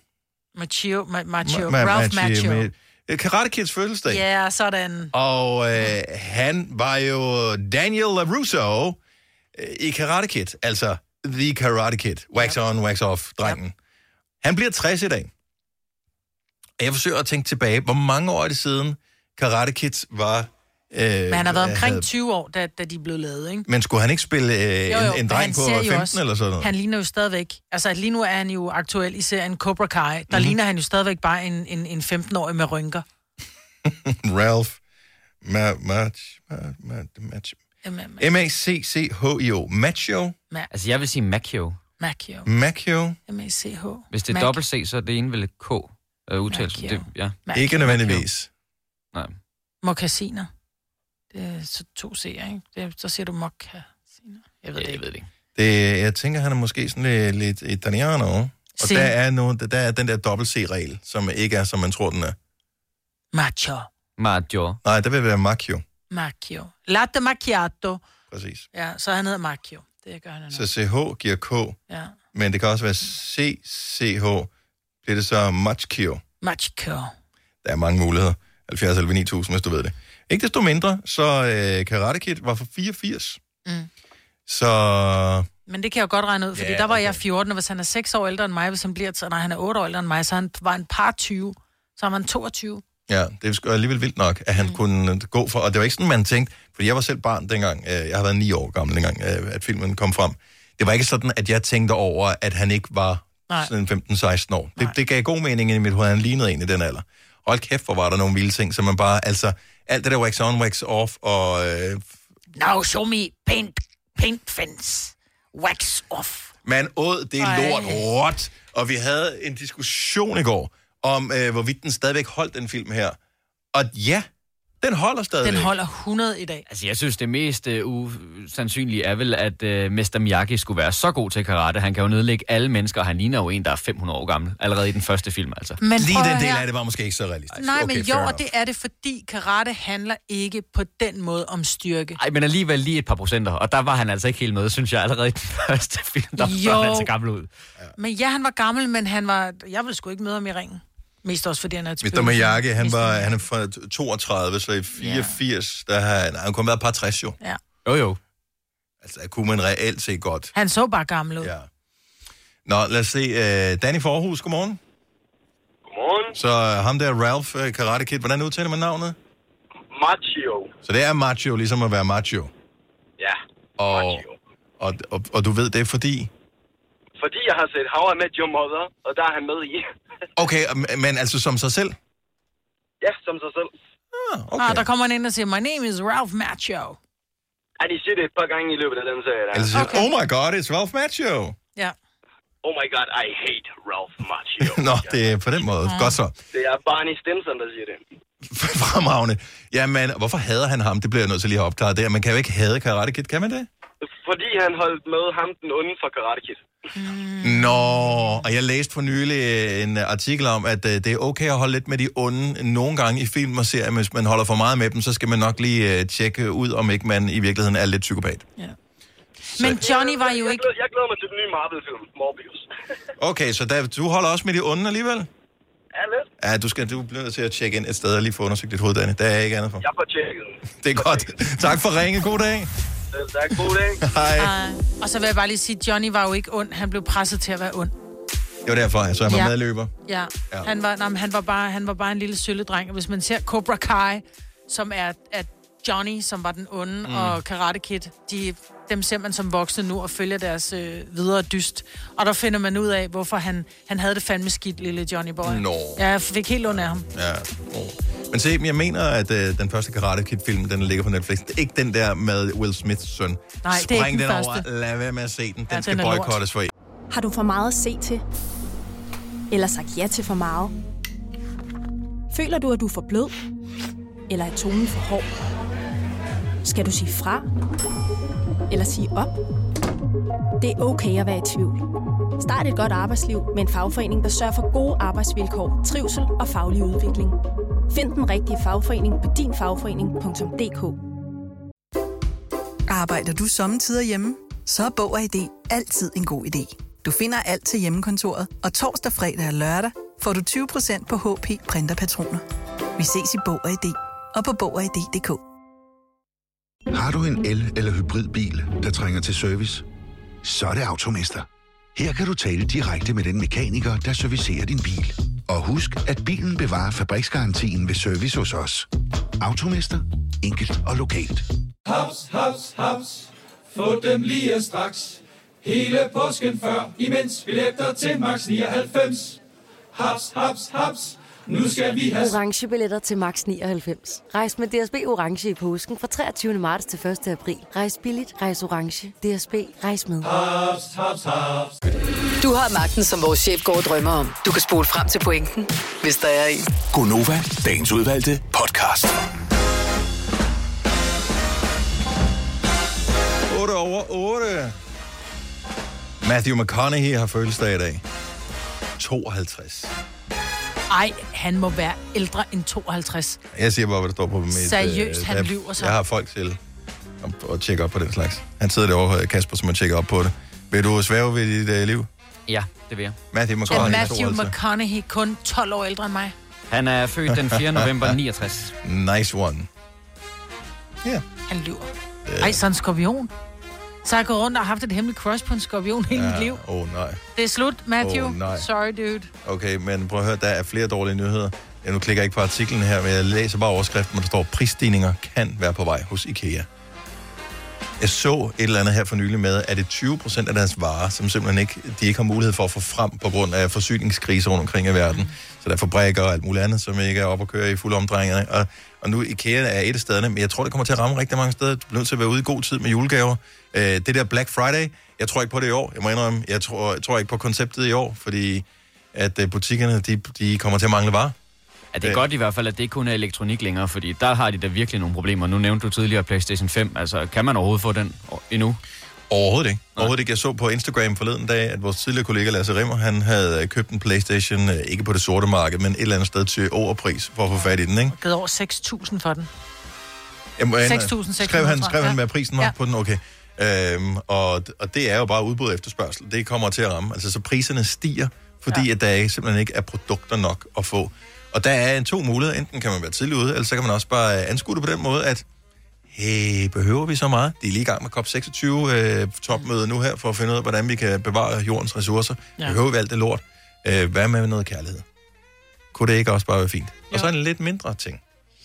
Speaker 2: Ralph Macchio.
Speaker 1: Karate Kids fødselsdag.
Speaker 2: Ja, sådan.
Speaker 1: Og han var jo Daniel LaRusso i Karate Kid. Altså The Karate Kid. Wax on, wax off, drengen. Yep. Han bliver 60 i dag. Og jeg forsøger at tænke tilbage, hvor mange år er det siden Karate Kids var...
Speaker 2: Men han har været omkring 20 år, da de blev lavet, ikke?
Speaker 1: Men skulle han ikke spille en dreng på 15 også, eller sådan noget?
Speaker 2: Han ligner jo stadigvæk... Altså, lige nu er han jo aktuel i serien Cobra Kai. Der ligner han jo stadigvæk bare en 15-årig med rynker.
Speaker 1: Ralph M-A-C-C-H-I-O. Macchio?
Speaker 3: Altså, jeg vil sige Macchio.
Speaker 1: Macchio?
Speaker 2: M-A-C-H.
Speaker 3: Hvis det er dobbelt C, så er det ene vel et K udtale.
Speaker 1: Ikke nødvendigvis.
Speaker 3: Nej.
Speaker 2: Mokassiner. Det er så 2 C'er, ikke? Så siger du mokassiner. Jeg ved det ikke.
Speaker 1: Jeg tænker, han er måske sådan lidt italiano. Og der er den der dobbelt C-regel, som ikke er, som man tror, den er.
Speaker 3: Maggio.
Speaker 1: Nej, der vil være Macchio.
Speaker 2: Latte macchiato.
Speaker 1: Præcis.
Speaker 2: Ja, så han hedder Macchio. Det gør han nu.
Speaker 1: Så CH giver K. Ja. Men det kan også være CCH. Bliver det så Macchio?
Speaker 2: Macchio.
Speaker 1: Der er mange muligheder. 70 eller 9000, hvis du ved det. Ikke desto mindre, så Karate Kid var for 84. Så...
Speaker 2: Men det kan jeg jo godt regne ud, fordi der var jeg 14, og hvis han er 6 år ældre end mig, hvis han bliver... Nej, han er 8 år ældre end mig, så han var en par 20. Så var han 22.
Speaker 1: Ja, det er alligevel vildt nok, at han kunne gå for... Og det var ikke sådan, man tænkte... Fordi jeg var selv barn dengang. Jeg har været 9 år gammel dengang, at filmen kom frem. Det var ikke sådan, at jeg tænkte over, at han ikke var sådan 15-16 år. Det gav god mening i mit hoved, han lignede en i den alder. Hold kæft, hvor var der nogle vilde ting, så man bare... Altså, alt det der wax on, wax off og...
Speaker 2: Now show me paint fence. Wax off.
Speaker 1: Man åd det lort råt. Og vi havde en diskussion i går om, hvorvidt den stadigvæk holdt, den film her. Og ja, den holder stadigvæk.
Speaker 2: Den holder 100 i dag.
Speaker 3: Altså, jeg synes, det mest usandsynlige er vel, at Mester Miyagi skulle være så god til karate. Han kan jo nedlægge alle mennesker, og han ligner jo en, der er 500 år gammel. Allerede i den første film, altså.
Speaker 1: Men lige den del af det var måske ikke så realistisk.
Speaker 2: Nej, okay, men jo, og det er det, fordi karate handler ikke på den måde om styrke.
Speaker 3: Nej, men alligevel lige et par procenter. Og der var han altså ikke helt med, synes jeg, allerede i den første film. Der var han så gammel ud.
Speaker 2: Ja. Men ja, han var gammel, men han var... Jeg ville sgu ikke møde ham i ringen. Mest også, fordi han er et
Speaker 1: Mr. Miyagi, han er fra 32, så i 84, der har han kun været par 60 jo.
Speaker 2: Ja.
Speaker 3: Jo.
Speaker 1: Altså, kunne man reelt se godt.
Speaker 2: Han så bare gammel ud.
Speaker 1: Ja. Nå, lad os se. Danny Forhus, godmorgen.
Speaker 19: Godmorgen.
Speaker 1: Så ham der, Ralph Karate Kid, hvordan udtaler man navnet?
Speaker 19: Macho.
Speaker 1: Så det er macho, ligesom at være macho.
Speaker 19: Ja,
Speaker 1: Og du ved det, fordi?
Speaker 19: Fordi jeg har set How I Met Your Mother, og der er han med i.
Speaker 1: Okay, men altså som sig selv?
Speaker 19: Ja, som sig selv.
Speaker 1: Okay.
Speaker 2: Der kommer han ind og siger, my name is Ralph Macchio.
Speaker 19: Ja, de siger det et par gange i løbet af den serie.
Speaker 1: Altså, oh my god, it's Ralph Macchio.
Speaker 2: Ja.
Speaker 19: Oh my god, I hate Ralph Macchio.
Speaker 1: Nå, det er på den måde. Godt så.
Speaker 19: Det er Barney Stinson, der siger det.
Speaker 1: Fremragende. Jamen, hvorfor hader han ham? Det bliver jeg nødt til lige at opklare der. Man kan jo ikke hade Karate Kid, kan man det?
Speaker 19: Fordi han holdt med ham den onde for Karate Kid.
Speaker 1: Nå, og jeg læste for nylig en artikel om, at det er okay at holde lidt med de onde nogle gange i film og serier. Hvis man holder for meget med dem, så skal man nok lige tjekke ud, om ikke man i virkeligheden er lidt psykopat.
Speaker 2: Ja. Men Johnny var jo ikke...
Speaker 19: Jeg glæder mig til den nye Marvel-film, Morbius.
Speaker 1: Okay, så du holder også med de onde alligevel?
Speaker 19: Ja, lidt.
Speaker 1: Ja, du bliver nødt til at tjekke ind et sted og lige få undersøgt dit hoved, Danny. Der er ikke andet for.
Speaker 19: Jeg får tjekket.
Speaker 1: Det er godt. Tak for ringe. God dag.
Speaker 19: Tak, god dag.
Speaker 1: Hej.
Speaker 2: Og så vil jeg bare lige sige, Johnny var jo ikke ond. Han blev presset til at være ond.
Speaker 1: Det var derfor, så han var medløber.
Speaker 2: Ja. Han var bare en lille sølledreng. Og hvis man ser Cobra Kai, som er Johnny, som var den onde, og Karate Kid, dem ser man som voksne nu og følger deres videre dyst. Og der finder man ud af, hvorfor han havde det fandme skidt, lille Johnny Boy.
Speaker 1: Nå.
Speaker 2: Ja, jeg fik helt ondt af ham.
Speaker 1: Ja. Men se, jeg mener, at den første Karate Kid-film, den ligger på Netflix. Det er ikke den der med Will Smiths søn.
Speaker 2: Nej, det er ikke
Speaker 1: den
Speaker 2: den
Speaker 1: over.
Speaker 2: første.
Speaker 1: Lad være med at se den. Den skal
Speaker 2: den
Speaker 1: boykottes for en.
Speaker 15: Har du for meget at se til? Eller sagt ja til for meget? Føler du, at du er for blød? Eller er tonen for hård? Skal du sige fra? Eller sige op? Det er okay at være i tvivl. Start et godt arbejdsliv med en fagforening, der sørger for gode arbejdsvilkår, trivsel og faglig udvikling. Find den rigtige fagforening på dinfagforening.dk.
Speaker 16: Arbejder du sommetider hjemme? Så er Bog og ID altid en god idé. Du finder alt til hjemmekontoret, og torsdag, fredag og lørdag får du 20% på HP printerpatroner. Vi ses i Bog og ID og på Bog og ID.dk.
Speaker 8: Har du en el- eller hybridbil, der trænger til service? Så er det Automester. Her kan du tale direkte med den mekaniker, der servicerer din bil. Og husk, at bilen bevarer fabriksgarantien ved service hos os. Automester. Enkelt og lokalt.
Speaker 17: Haps, haps, haps. Få dem lige straks. Hele påsken før, imens billetter til max 99. Haps, haps, haps. Nu skal vi have
Speaker 18: Orange billetter til max 99. Rejs med DSB Orange i påsken fra 23. marts til 1. april. Rejs billigt, rejs orange. DSB, rejs med.
Speaker 17: haps, haps, haps.
Speaker 4: Du har magten, som vores chef går og drømmer om. Du kan spole frem til pointen, hvis der er en.
Speaker 6: Gonova, dagens udvalgte podcast.
Speaker 1: 8 over 8. Matthew McConaughey har fødselsdag i dag. 52.
Speaker 2: Ej, han må være ældre end 52.
Speaker 1: Jeg siger bare, hvad der står på mit...
Speaker 2: Seriøst, han lyver så.
Speaker 1: Jeg har folk til at tjekke op på den slags. Han sidder derovre, Kasper, som har tjekket op på det. Vil du svæve ved dit liv?
Speaker 3: Ja, det vil jeg.
Speaker 1: Matthew
Speaker 2: Er
Speaker 1: McConaughey.
Speaker 2: Matthew McConaughey kun 12 år ældre end mig?
Speaker 3: Han er født den 4. november 69.
Speaker 1: Nice one. Ja.
Speaker 2: Han lyver. Ej, så en skorpion. Så har jeg gået rundt og haft et hemmeligt crush på en skorpion hele mit liv.
Speaker 1: Nej.
Speaker 2: Det er slut, Matthew.
Speaker 1: Nej.
Speaker 2: Sorry, dude.
Speaker 1: Okay, men prøv at høre, der er flere dårlige nyheder. Nu klikker jeg ikke på artiklen her, men jeg læser bare overskriften, hvor der står, prisstigninger kan være på vej hos IKEA. Jeg så et eller andet her for nylig med, at det 20% af deres varer, som simpelthen ikke har mulighed for at få frem på grund af forsyningskriser rundt omkring i verden. Så der er fabrikker og alt muligt andet, som ikke er op at køre i fulde omdrejninger. Og nu IKEA er et af stederne, men jeg tror, det kommer til at ramme rigtig mange steder. Du bliver nødt til at være ude i god tid med julegaver. Det der Black Friday, jeg tror ikke på det i år. Jeg må indrømme, jeg tror ikke på konceptet i år, fordi at butikkerne, de kommer til at mangle varer.
Speaker 3: Ja, det er godt i hvert fald, at det ikke kun er elektronik længere, fordi der har de da virkelig nogle problemer. Nu nævnte du tidligere PlayStation 5. Altså, kan man overhovedet få den endnu?
Speaker 1: Overhovedet ikke. Overhovedet ikke. Jeg så på Instagram forleden dag, at vores tidligere kollega Lasse Rimmer, han havde købt en PlayStation, ikke på det sorte marked, men et eller andet sted til overpris for at få fat i den, ikke?
Speaker 2: Givet over 6.000 for den.
Speaker 1: 6.600. Skrev han, hvad prisen var på den? Okay. Og det er jo bare udbud og efterspørgsel. Det kommer til at ramme. Altså, så priserne stiger fordi at der simpelthen ikke er produkter nok at få. Og der er 2 muligheder. Enten kan man være tidlig ude, eller så kan man også bare anskue det på den måde, at hey, behøver vi så meget? De er lige i gang med COP26 topmøde nu her, for at finde ud af, hvordan vi kan bevare jordens ressourcer. Behøver vi alt det lort? Hvad med noget kærlighed? Kunne det ikke også bare være fint? Jo. Og så en lidt mindre ting.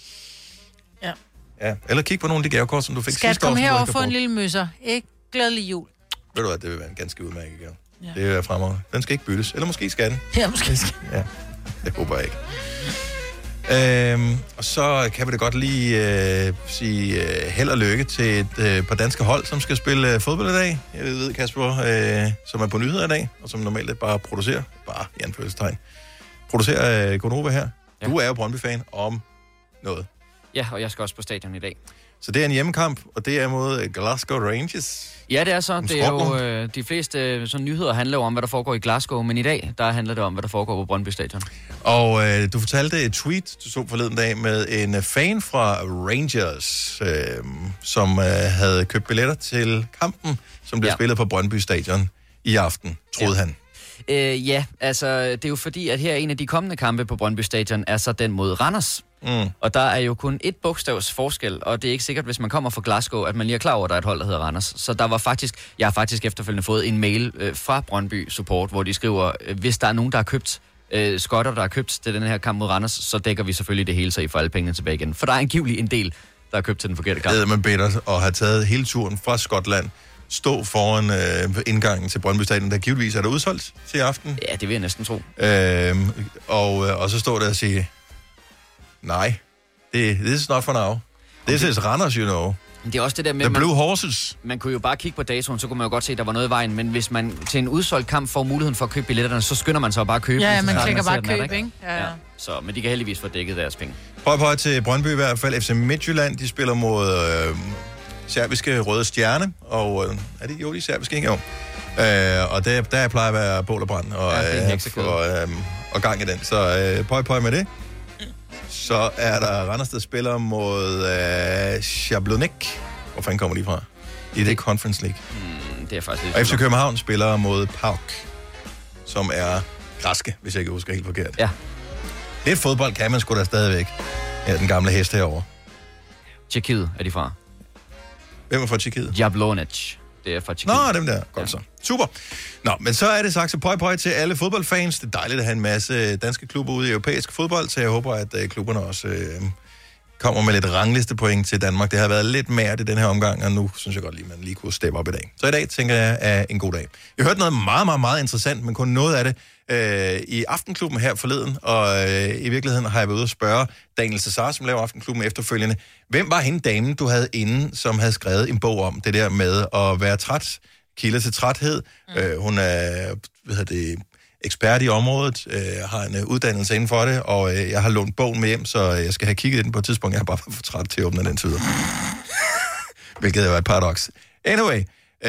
Speaker 1: Ja. Eller kig på nogle af de gavekort, som du fik sidste år.
Speaker 2: Skat, kom herover og få en lille møsser. Ikke glædelig jul.
Speaker 1: Ved du hvad, det vil være en ganske udmærket gave. Ja. Det er fremover. Den skal ikke byttes. Eller måske skal den.
Speaker 2: Ja, måske skal.
Speaker 1: Ja, det håber jeg ikke. Og så kan vi da godt lige sige held og lykke til et par danske hold, som skal spille fodbold i dag. Jeg ved, Kasper, som er på nyheder i dag, og som normalt bare producerer, i anførselstegn, producerer Gonova her. Ja. Du er jo Brøndby-fan om noget.
Speaker 3: Ja, og jeg skal også på stadion i dag.
Speaker 1: Så det er en hjemmekamp, og det er mod Glasgow Rangers.
Speaker 3: Ja, det er så. Det er jo de fleste sådan, nyheder handler jo om, hvad der foregår i Glasgow, men i dag, der handler det om, hvad der foregår på Brøndby Stadion. Og
Speaker 1: du fortalte et tweet, du så forleden dag, med en fan fra Rangers, som havde købt billetter til kampen, som bliver spillet på Brøndby Stadion i aften, troede han.
Speaker 3: Ja, altså det er jo fordi, at her en af de kommende kampe på Brøndby Stadion er så den mod Randers. Og der er jo kun et bogstavs forskel, og det er ikke sikkert, hvis man kommer fra Glasgow, at man lige er klar over, at der er et hold, der hedder Randers. Så der var jeg har faktisk efterfølgende fået en mail fra Brøndby Support, hvor de skriver, hvis der er nogen, der har købt skotter, der har købt til den her kamp mod Randers, så dækker vi selvfølgelig det hele, så I får alle pengene tilbage igen. For der er angiveligt en del, der har købt til den forkerte kamp.
Speaker 1: Det er man bedre og har taget hele turen fra Skotland, stå foran indgangen til Brøndby Stadion, der givetvis er der udsolgt til aften.
Speaker 3: Ja, det vil jeg næsten tro.
Speaker 1: Og så står der og siger, nej, this is not for now. This is Randers, you know.
Speaker 3: Det er også det der med,
Speaker 1: The Blue Horses.
Speaker 3: Man kunne jo bare kigge på datoen, så kunne man jo godt se, at der var noget i vejen. Men hvis man til en udsolgt kamp får muligheden for at købe billetterne, så skynder man så bare at købe.
Speaker 2: Ja, man klikker bare køb, ikke?
Speaker 3: Ja. Så, men de kan heldigvis få dækket deres penge.
Speaker 1: Prøv til Brøndby i hvert fald. FC Midtjylland, de spiller mod serbiske Røde Stjerne. Og er det jo de serbiske, ikke? Jo. Og der plejer at være bål og brand og gang i den. Så pøj med det. Så er der Randers, der spiller mod Jablonec. Hvor fanden kommer de fra? I det Conference League.
Speaker 3: Det er faktisk lidt.
Speaker 1: Og FC København spiller mod PAOK, som er græske, hvis jeg ikke husker helt forkert.
Speaker 3: Ja.
Speaker 1: Lidt fodbold kan man sgu da stadigvæk. Ja, den gamle hest herovre.
Speaker 3: Tjekkiet er de fra.
Speaker 1: Hvem er fra Tjekkiet?
Speaker 3: Jablonec. Det er fra Tjekkiet.
Speaker 1: Nå, dem der. Godt så. Super. Nå, men så er det sagt, så pøj til alle fodboldfans. Det er dejligt at have en masse danske klubber ude i europæisk fodbold, så jeg håber, at klubberne også kommer med lidt rangliste point til Danmark. Det har været lidt mere i den her omgang, og nu synes jeg godt lige, man lige kunne steppe op i dag. Så i dag tænker jeg er en god dag. Jeg hørte noget meget, meget, meget interessant, men kun noget af det i Aftenklubben her forleden, og i virkeligheden har jeg været ude at spørge Daniel Cesar, som laver Aftenklubben efterfølgende. Hvem var hende damen, du havde inde, som havde skrevet en bog om det der med at være træt, kilder til træthed? Hun er, ekspert i området, har en uddannelse inden for det, og jeg har lånt bogen med hjem, så jeg skal have kigget i den på et tidspunkt. Jeg har bare været for træt til at åbne den tid. Hvilket var et paradoks. Anyway,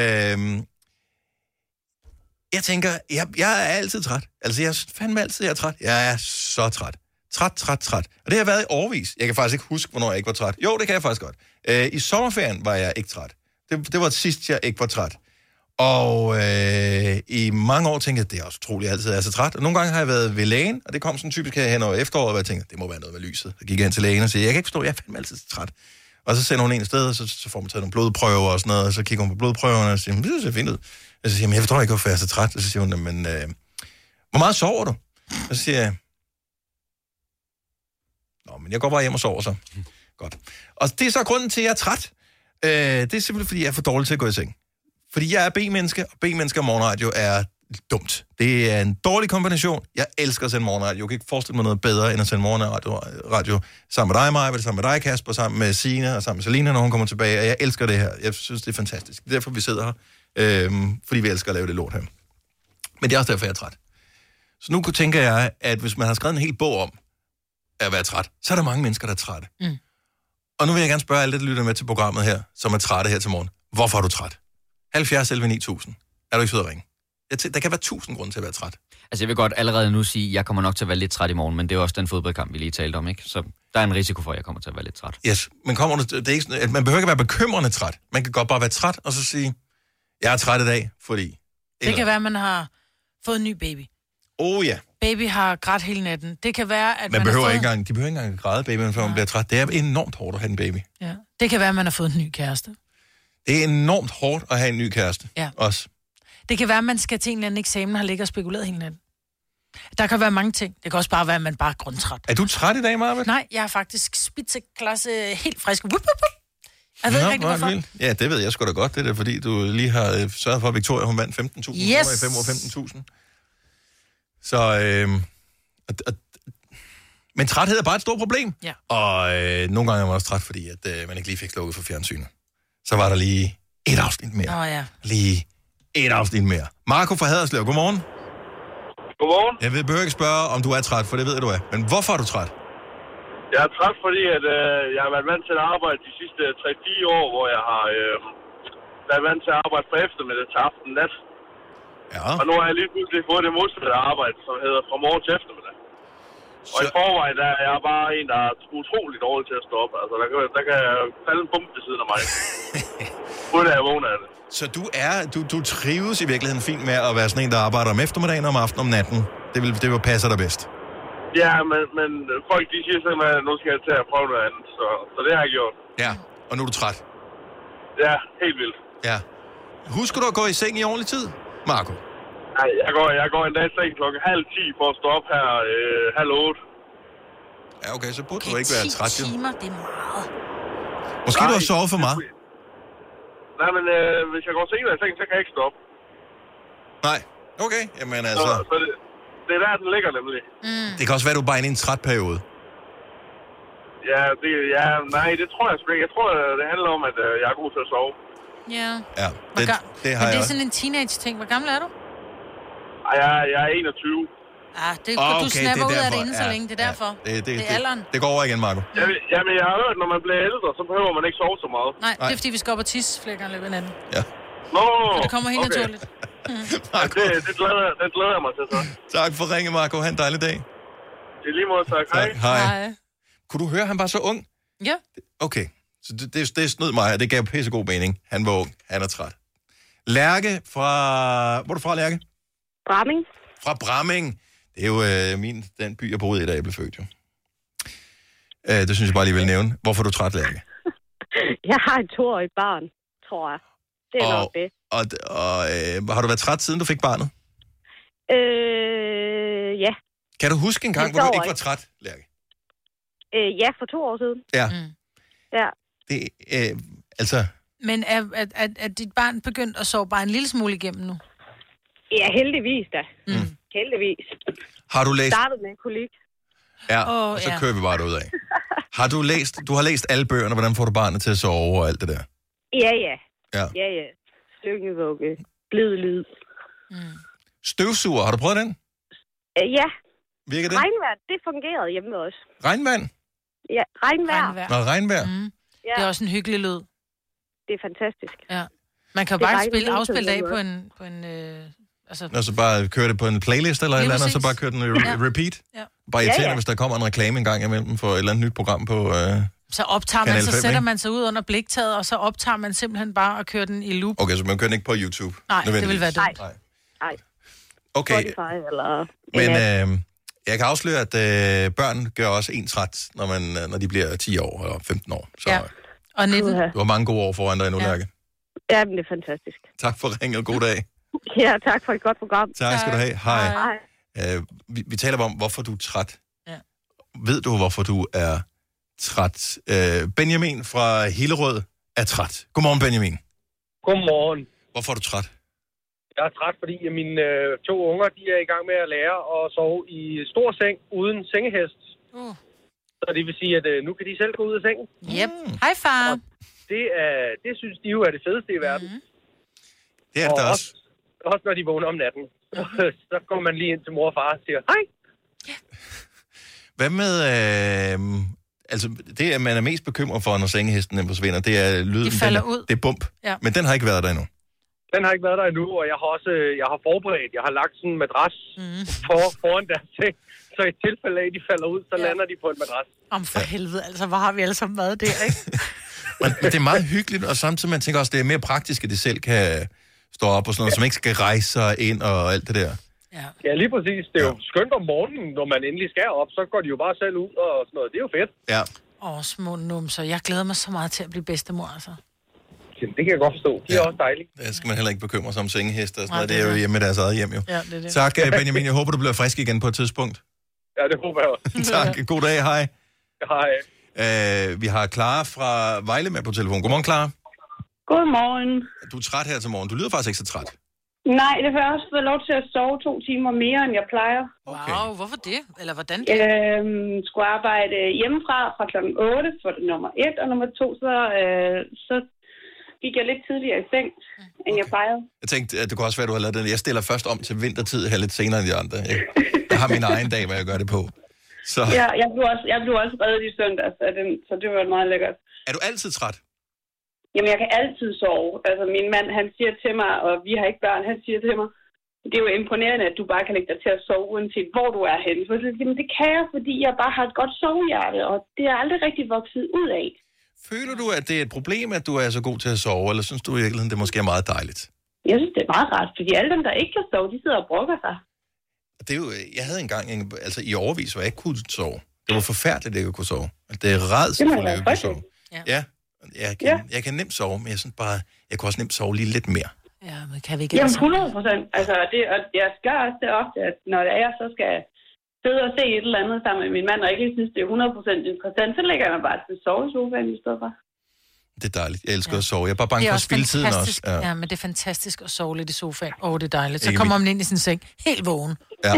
Speaker 1: jeg tænker, jeg er altid træt. Altså, jeg fandme altid, jeg er træt. Jeg er så træt. Træt. Og det har været i årevis. Jeg kan faktisk ikke huske, hvornår jeg ikke var træt. Jo, det kan jeg faktisk godt. I sommerferien var jeg ikke træt. Det var sidst, jeg ikke var træt. Og i mange år tænkte jeg, det er også utroligt, jeg altid er så træt. Og nogle gange har jeg været ved lægen, og det kom sådan typisk her hen over efteråret, hvor jeg tænkte, det må være noget med lyset. Så gik jeg hen til lægen og sagde, jeg kan ikke forstå, jeg er fandme altid så træt. Og så sender hun en et sted, og så får man taget nogle blodprøver og sådan noget, og så kigger hun på blodprøverne og siger, det ser fint ud. Og så siger jeg forstår ikke, hvorfor jeg er så træt. Og så siger hun, men hvor meget sover du? Og så siger jeg, men jeg går bare hjem og sover så. Godt. Og det er så grunden til, at jeg er træt. Det er simpelthen, fordi jeg er for dårlig til at gå i seng. Fordi jeg er B-menneske, og B-menneske og morgenradio er dumt. Det er en dårlig kombination. Jeg elsker at sende morgenradio. Jeg kan ikke forestille mig noget bedre, end at sende morgenradio sammen med dig, Maja, sammen med dig, Kasper, sammen med Signe og sammen med Selina, når hun kommer tilbage. Og jeg elsker det her. Jeg synes, det er fantastisk. Det er derfor, vi sidder her. Fordi vi elsker at lave det lort her. Men det er også derfor, jeg er træt. Så nu tænker jeg, at hvis man har skrevet en hel bog om at være træt, så er der mange mennesker, der er trætte. Og nu vil jeg gerne spørge alle, der lytter med til programmet her, som er trætte her til morgen. Hvorfor er du træt? 70 11 9000. Er du ikke sød at ringe? Der kan være 1000 grunde til at være træt.
Speaker 3: Altså jeg vil godt allerede nu sige, at jeg kommer nok til at være lidt træt i morgen, men det er også den fodboldkamp, vi lige talte om, ikke? Så der er en risiko for, at jeg kommer til at være lidt træt.
Speaker 1: Yes, men det er ikke, man behøver ikke være bekymrende træt. Man kan godt bare være træt, og så sige, jeg er træt i dag, fordi...
Speaker 2: Det kan være, at man har fået en ny baby.
Speaker 1: Ja.
Speaker 2: Baby har grædt hele natten. Det kan være, at
Speaker 1: de behøver
Speaker 2: har fået...
Speaker 1: ikke engang at græde babyen, før man bliver træt. Det er enormt hårdt at have en baby.
Speaker 2: Ja. Det kan være, at man har fået en ny kæreste.
Speaker 1: Det er enormt hårdt at have en ny kæreste.
Speaker 2: Ja.
Speaker 1: Også.
Speaker 2: Det kan være, at man skal til en eller anden eksamen og har ligget og spekuleret hele natten. Der kan være mange ting. Det kan også bare være, at man bare er grundtræt.
Speaker 1: Er du træt i dag, Marvind?
Speaker 2: Nej, jeg er faktisk spidseklasse helt frisk. Jeg ved ikke rigtig, hvorfor.
Speaker 1: Vildt. Ja, det ved jeg sgu da godt. Det er fordi, du lige har sørget for, at Victoria hun vandt 15.000 kroner i 5 år 15.000. Så, men træthed er bare et stort problem.
Speaker 2: Ja.
Speaker 1: Og nogle gange er man også træt, fordi at, man ikke lige fik slukket for fjernsynet. Så var der lige et afsnit mere.
Speaker 2: Ja.
Speaker 1: Lige et afsnit mere. Marco fra Haderslev, godmorgen.
Speaker 13: Godmorgen.
Speaker 1: Jeg behøver ikke spørge, om du er træt, for det ved du er. Men hvorfor er du træt?
Speaker 13: Jeg er træt, fordi at, jeg har været vant til at arbejde de sidste 3-4 år, hvor jeg har været vant til at arbejde fra eftermiddag til aften nat.
Speaker 1: Ja.
Speaker 13: Og nu har jeg lige pludselig fået det modsatte arbejde, som hedder fra morgen til eftermiddag. Og i forvejen der er jeg bare en, der er utrolig dårlig til at stå op. Altså, der kan falde en pumpe ved siden af mig. Uden at jeg vågner af det.
Speaker 1: Så du trives i virkeligheden fint med at være sådan en, der arbejder om eftermiddagen og om aftenen om natten. Det vil passe dig bedst.
Speaker 13: Ja, men folk de siger sådan, at nu skal jeg til at prøve noget andet. Så det har jeg gjort.
Speaker 1: Ja, og nu er du træt.
Speaker 13: Ja, helt vildt.
Speaker 1: Ja. Husker du at gå i seng i ordentlig tid, Marco?
Speaker 13: Nej, jeg går en dag i seng 9:30 for at stå op her 7:30.
Speaker 1: Ja, okay, så burde du ikke være træt.
Speaker 2: 10 timer, det er meget.
Speaker 1: Måske du har sovet for meget.
Speaker 13: Nej, men hvis jeg går senere i seng, så kan jeg ikke stå op.
Speaker 1: Nej, okay. Jamen altså...
Speaker 13: Så det er der, den ligger nemlig.
Speaker 1: Det kan også være, at du er bare inde i en træt periode.
Speaker 13: Nej, det tror jeg sgu ikke. Jeg tror, det handler om, at jeg er god til at sove.
Speaker 2: Ja.
Speaker 1: Ja, det har
Speaker 2: men
Speaker 1: jeg
Speaker 2: det er
Speaker 1: også.
Speaker 2: sådan en teenage-ting. Hvor gammel er du?
Speaker 13: Jeg er 21.
Speaker 2: Du snapper ud af det inden så længe. Det er derfor. Det er alderen.
Speaker 1: Det går over igen, Marco.
Speaker 13: Jamen, jeg har hørt, når man bliver ældre, så behøver man ikke sove så meget.
Speaker 2: Nej, det er fordi, vi skal op og tisse flere gange i løbet af natten.
Speaker 1: Ja.
Speaker 13: Nå,
Speaker 2: og det kommer helt naturligt.
Speaker 13: Det glæder jeg mig til så.
Speaker 1: Tak for ringe, Marco. Ha' en dejlig dag.
Speaker 13: Det er lige måde, tak.
Speaker 1: Hej. Kunne du høre, at han var så ung?
Speaker 2: Ja.
Speaker 1: Okay, så det snød mig, og det gav pissegod mening. Han var ung, han er træt. Lærke fra... Hvor er du fra, Lærke?
Speaker 20: Bramming.
Speaker 1: Fra Bramming. Det er jo den by, jeg boede i, da jeg blev født, jo. Det synes jeg bare lige vil nævne. Hvorfor er du træt, Lærke?
Speaker 20: Jeg har et 2-årigt barn, tror jeg. Det er nok det.
Speaker 1: Og har du været træt, siden du fik barnet?
Speaker 20: Ja.
Speaker 1: Kan du huske en gang, hvor du ikke var træt, Lærke?
Speaker 20: Ja, for 2 år siden.
Speaker 1: Ja.
Speaker 20: Ja.
Speaker 1: Det, altså...
Speaker 2: Men er dit barn begyndt at sove bare en lille smule igennem nu?
Speaker 20: Ja, heldigvis da. Heldigvis.
Speaker 1: Har du læst...
Speaker 20: Startet med en kolik.
Speaker 1: Ja, og så kører vi bare derud af. Du har læst alle bøgerne, hvordan får du barnet til at sove og alt det der?
Speaker 20: Ja.
Speaker 1: Ja.
Speaker 20: Syngevugge. Blid lyd.
Speaker 1: Støvsuger, har du prøvet den?
Speaker 20: Ja.
Speaker 1: Virker det?
Speaker 20: Regnvejr, det fungerede hjemme også.
Speaker 1: Regnvand?
Speaker 20: Ja, regnvejr.
Speaker 1: Nå, regnvejr.
Speaker 2: Ja. Det er også en hyggelig lyd.
Speaker 20: Det er fantastisk.
Speaker 2: Ja. Man kan jo bare afspille af på en
Speaker 1: Og så bare køre det på en playlist eller et eller andet, og så bare køre den repeat.
Speaker 2: Ja.
Speaker 1: Bare irriterende, hvis der kommer en reklame en gang imellem for et eller andet nyt program på
Speaker 2: så optager man, så sætter man sig ud under bliktaget, og så optager man simpelthen bare og kører den i loop.
Speaker 1: Okay, så man kører den ikke på YouTube?
Speaker 2: Nej, det vil være dumt.
Speaker 20: Nej.
Speaker 1: Okay.
Speaker 20: Spotify eller...
Speaker 1: Men jeg kan afsløre, at børn gør også en træt, når de bliver 10 år og 15 år. Så
Speaker 2: ja. Og 19.
Speaker 1: Du har mange gode år foran dig endnu, Lærke.
Speaker 20: Ja, men det er fantastisk.
Speaker 1: Tak for ringen, og god dag.
Speaker 20: Ja, tak for et godt program.
Speaker 1: Tak skal du have. Hej.
Speaker 20: Hej.
Speaker 1: Vi taler om, hvorfor du er træt.
Speaker 2: Ja.
Speaker 1: Ved du, hvorfor du er træt? Benjamin fra Hillerød er træt. Godmorgen, Benjamin.
Speaker 21: Godmorgen.
Speaker 1: Hvorfor er du træt?
Speaker 21: Jeg er træt, fordi mine 2 unger, de er i gang med at lære at sove i stor seng uden sengehest. Så det vil sige, at nu kan de selv gå ud af sengen.
Speaker 2: Yep. Hej, far.
Speaker 21: Og det synes de jo er det fedeste i verden.
Speaker 1: Det er det også.
Speaker 21: Også når de vågner om natten. Så går man lige ind til mor og far og siger, hej.
Speaker 1: Hvad med... altså, det man er mest bekymret for, når sengehesten forsvinder, det er lyden.
Speaker 2: De falder ud.
Speaker 1: Det er bump.
Speaker 2: Ja.
Speaker 1: Men den har ikke været der endnu.
Speaker 21: Den har ikke været der endnu, og jeg har forberedt. Jeg har lagt sådan en madras foran deres seng. Så i tilfælde af, at de falder ud, så lander de på en madras.
Speaker 2: For helvede, altså, hvor har vi alle sammen været der, ikke?
Speaker 1: Men det er meget hyggeligt, og samtidig man tænker også, det er mere praktisk, at de selv kan stå op og sådan noget, som ikke skal rejse sig ind og alt det der.
Speaker 21: Ja, lige præcis. Det er jo skønt om morgenen, når man endelig skal op, så går de jo bare selv ud og sådan noget. Det er jo fedt.
Speaker 1: Ja.
Speaker 2: Små numser. Jeg glæder mig så meget til at blive bedstemor, altså.
Speaker 21: Det kan jeg godt forstå. De er også dejlige.
Speaker 1: Det skal man heller ikke bekymre sig om sengeheste og sådan noget. Det er jo hjemme i deres eget hjem, jo.
Speaker 2: Ja, det er det.
Speaker 1: Tak, Benjamin. Jeg håber, du bliver frisk igen på et tidspunkt.
Speaker 21: Ja, det håber jeg også.
Speaker 1: Tak. God dag. Hej.
Speaker 21: Hej.
Speaker 1: Vi har Clara fra Vejle med på telefon. Godmorgen, Clara.
Speaker 5: Godmorgen.
Speaker 1: Du er træt her til morgen. Du lyder faktisk ikke så træt.
Speaker 5: Nej, det har jeg også fået lov til at sove 2 timer mere, end jeg plejer.
Speaker 2: Okay. Wow, hvorfor det? Eller hvordan det?
Speaker 5: Skulle arbejde hjemmefra fra klokken 8 for det nummer 1, og nummer 2, så gik jeg lidt tidligere i seng, end jeg plejede.
Speaker 1: Jeg tænkte, at det kunne også være, at du har lavet det. Jeg stiller først om til vintertid her lidt senere end de andre. Jeg har min egen dag, hvor jeg gør det på. Så.
Speaker 5: Ja, jeg blev også reddet i søndags af den, så det var meget lækkert.
Speaker 1: Er du altid træt?
Speaker 5: Jamen, jeg kan altid sove. Altså, min mand, han siger til mig, og vi har ikke børn, han siger til mig, det er jo imponerende, at du bare kan lægge dig til at sove, uanset hvor du er henne. Så jamen, det kan jeg, fordi jeg bare har et godt sovehjerte, og det er aldrig rigtig vokset ud af.
Speaker 1: Føler du, at det er et problem, at du er så god til at sove, eller synes du i virkeligheden, det måske er meget dejligt?
Speaker 5: Jeg synes, det er meget rart, fordi alle dem, der ikke kan sove, de sidder og brokker sig.
Speaker 1: Det er jo, jeg havde engang, altså i årevis, hvor jeg ikke kunne sove. Det var forfærdeligt, at jeg ikke kunne sove. Det er rædselsfuldt, at jeg ikke kunne sove. Ja. Jeg kan nemt sove, men jeg synes bare, jeg kunne også nemt sove lige lidt mere.
Speaker 2: Ja, men kan vi ikke...
Speaker 5: Jamen 100%. Altså, og jeg gør også det ofte, at når jeg så skal sidde og se et eller andet sammen med min mand, og ikke synes, det er 100% interessant, så lægger jeg mig bare til sove i sofaen i stedet for.
Speaker 1: Det er dejligt. Jeg elsker at sove. Jeg er bare bange for at spilde tiden også.
Speaker 2: Ja, men det er fantastisk at sove lidt i sofaen. Det er dejligt. Så kommer man ind i sin seng helt vågen.
Speaker 1: Ja.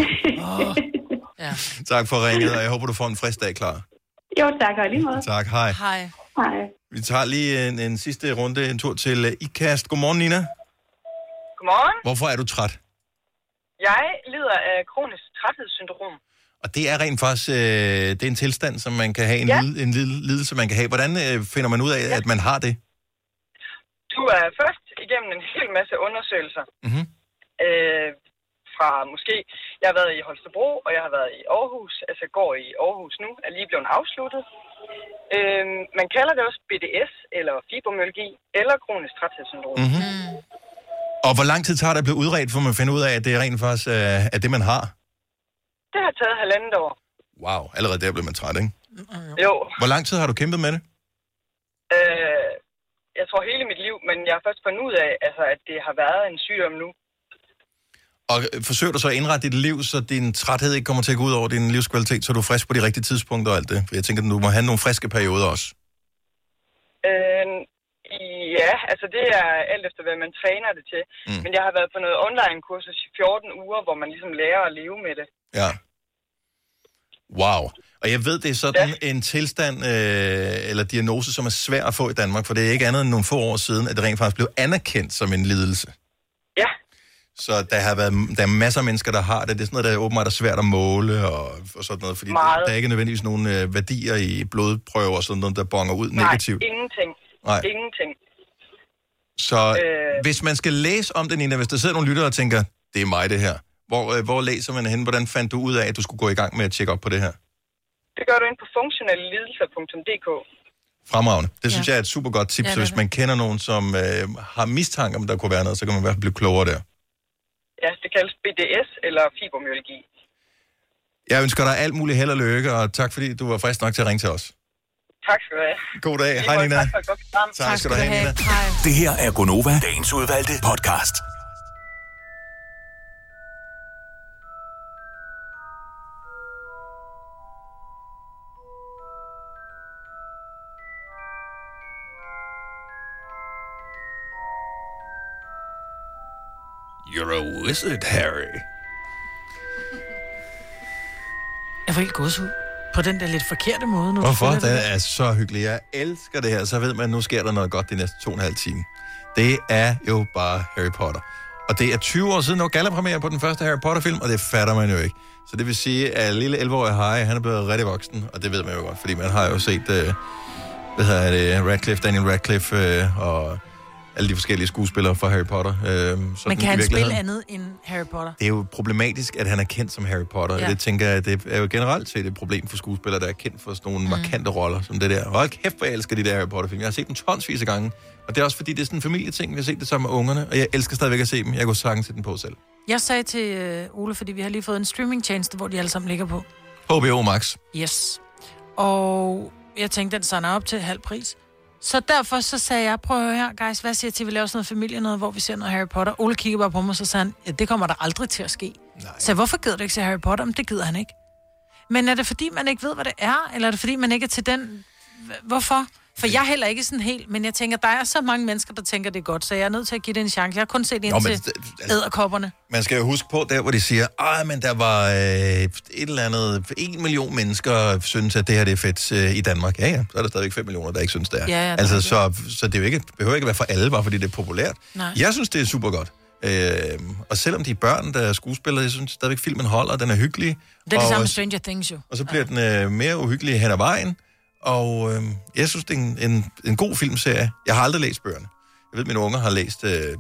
Speaker 1: Tak for ringet, og jeg håber, du får en frisk dag, klar.
Speaker 5: Jo, tak, og lige måde.
Speaker 1: Tak, hej.
Speaker 5: Hej.
Speaker 1: Vi tager lige en sidste runde, en tur til IKAST. Godmorgen, Nina.
Speaker 22: Godmorgen.
Speaker 1: Hvorfor er du træt?
Speaker 22: Jeg lider af kronisk træthedssyndrom.
Speaker 1: Og det er rent faktisk det er en tilstand, som man kan have, en lidelse, man kan have. Hvordan finder man ud af, at man har det?
Speaker 22: Du er først igennem en hel masse undersøgelser.
Speaker 1: Mm-hmm.
Speaker 22: Fra måske, jeg har været i Holstebro, og jeg har været i Aarhus. Altså jeg går i Aarhus nu, er lige blevet afsluttet. Man kalder det også BDS, eller fibromyalgi, eller kronisk træthedssyndrom.
Speaker 1: Mm-hmm. Og hvor lang tid tager det at blive udredt, for man finder ud af, at det rent faktisk er det, man har?
Speaker 22: Det har taget 1,5 år.
Speaker 1: Wow, allerede der blev man træt, ikke?
Speaker 22: Jo.
Speaker 1: Hvor lang tid har du kæmpet med det?
Speaker 22: Jeg tror hele mit liv, men jeg har først fundet ud af, altså, at det har været en sygdom nu.
Speaker 1: Og forsøger du så at indrette dit liv, så din træthed ikke kommer til at gå ud over din livskvalitet, så du er frisk på de rigtige tidspunkter og alt det? For jeg tænker, at du må have nogle friske perioder også.
Speaker 22: Ja, altså det er alt efter, hvad man træner det til. Men jeg har været på noget online-kursus i 14 uger, hvor man ligesom lærer at leve med det.
Speaker 1: Ja. Wow. Og jeg ved, det er sådan en tilstand eller diagnose, som er svær at få i Danmark, for det er ikke andet end nogle få år siden, at det rent faktisk blev anerkendt som en lidelse.
Speaker 22: Ja.
Speaker 1: Så der er masser af mennesker, der har det. Det er sådan noget, der åbenbart er svært at måle og sådan noget, fordi der er ikke nødvendigvis nogen værdier i blodprøver og sådan noget, der bonger ud negativt.
Speaker 22: Nej, ingenting.
Speaker 1: Nej.
Speaker 22: Ingenting.
Speaker 1: Så hvis man skal læse om det, Nina, hvis der sidder nogle lyttere og tænker, det er mig det her, hvor læser man hen? Hvordan fandt du ud af, at du skulle gå i gang med at tjekke op på det her?
Speaker 22: Det gør du ind på funktionellelidelser.dk.
Speaker 1: Fremragende. Det synes jeg er et super godt tip, så hvis man kender nogen, som har mistanke om, der kunne være noget, så kan man i hvert fald blive klogere der.
Speaker 22: Ja, det kaldes BDS eller fibromyalgi.
Speaker 1: Jeg ønsker dig alt muligt held og lykke, og tak fordi du var frisk nok til at ringe til os.
Speaker 22: Tak skal du have.
Speaker 1: God dag. Hej, Nina. Tak skal du have, Nina.
Speaker 6: Det her er Gonova, dagens udvalgte podcast.
Speaker 1: You're a wizard, Harry.
Speaker 2: Jeg får helt gåsehud. På den der lidt forkerte måde. Nu
Speaker 1: hvorfor? Det er så hyggeligt. Jeg elsker det her. Så ved man, at nu sker der noget godt de næste 2,5 timer. Det er jo bare Harry Potter. Og det er 20 år siden, når gallepremiere på den første Harry Potter-film, og det fatter man jo ikke. Så det vil sige, at lille 11-årige Harry, han er blevet rigtig voksen, og det ved man jo godt, fordi man har jo set, Daniel Radcliffe, og alle de forskellige skuespillere fra Harry Potter.
Speaker 2: Men kan han spille andet end Harry Potter?
Speaker 1: Det er jo problematisk, at han er kendt som Harry Potter. Ja. Det tænker jeg, det er jo generelt set et problem for skuespillere, der er kendt for sådan nogle markante roller, som det der. Hold kæft, hvor jeg elsker de der Harry Potter-film. Jeg har set dem tonsvis af gange. Og det er også fordi, det er sådan en familieting. Vi har set det sammen med ungerne, og jeg elsker stadigvæk at se dem. Jeg kunne sagtens se den på selv.
Speaker 2: Jeg sagde til Ole, fordi vi har lige fået en streamingtjeneste, hvor de alle sammen ligger på.
Speaker 1: HBO Max.
Speaker 2: Yes. Og jeg tænkte, den signer op til halv pris. Så derfor så sagde jeg, prøv at høre her, guys, hvad siger til, at vi laver sådan noget familie, noget, hvor vi ser noget Harry Potter. Ole kiggede bare på mig, så sagde han, ja, det kommer der aldrig til at ske. Nej. Så hvorfor gider du ikke se Harry Potter? Men det gider han ikke. Men er det fordi, man ikke ved, hvad det er? Eller er det fordi, man ikke er til den... Hvorfor? For jeg er heller ikke sådan helt, men jeg tænker, der er så mange mennesker, der tænker, det er godt, så jeg er nødt til at give det en chance. Jeg har kun set ind til edderkopperne.
Speaker 1: Man skal jo huske på, der hvor de siger, men der var et eller andet, 1 million mennesker synes, at det her det er fedt i Danmark. Ja, så er der stadigvæk 5 millioner, der ikke synes, det er.
Speaker 2: Ja,
Speaker 1: altså, så det er jo ikke, behøver ikke at være for alle, bare fordi det er populært.
Speaker 2: Nej.
Speaker 1: Jeg synes, det er super godt. Og selvom de er børn, der er skuespillere, jeg synes stadigvæk, filmen holder, den er hyggelig.
Speaker 2: Det er det samme med Stranger Things jo.
Speaker 1: Og så bliver den mere uhyggelig hen ad vejen. Og jeg synes, det er en god filmserie. Jeg har aldrig læst bøgerne. Jeg ved, at mine unger har læst...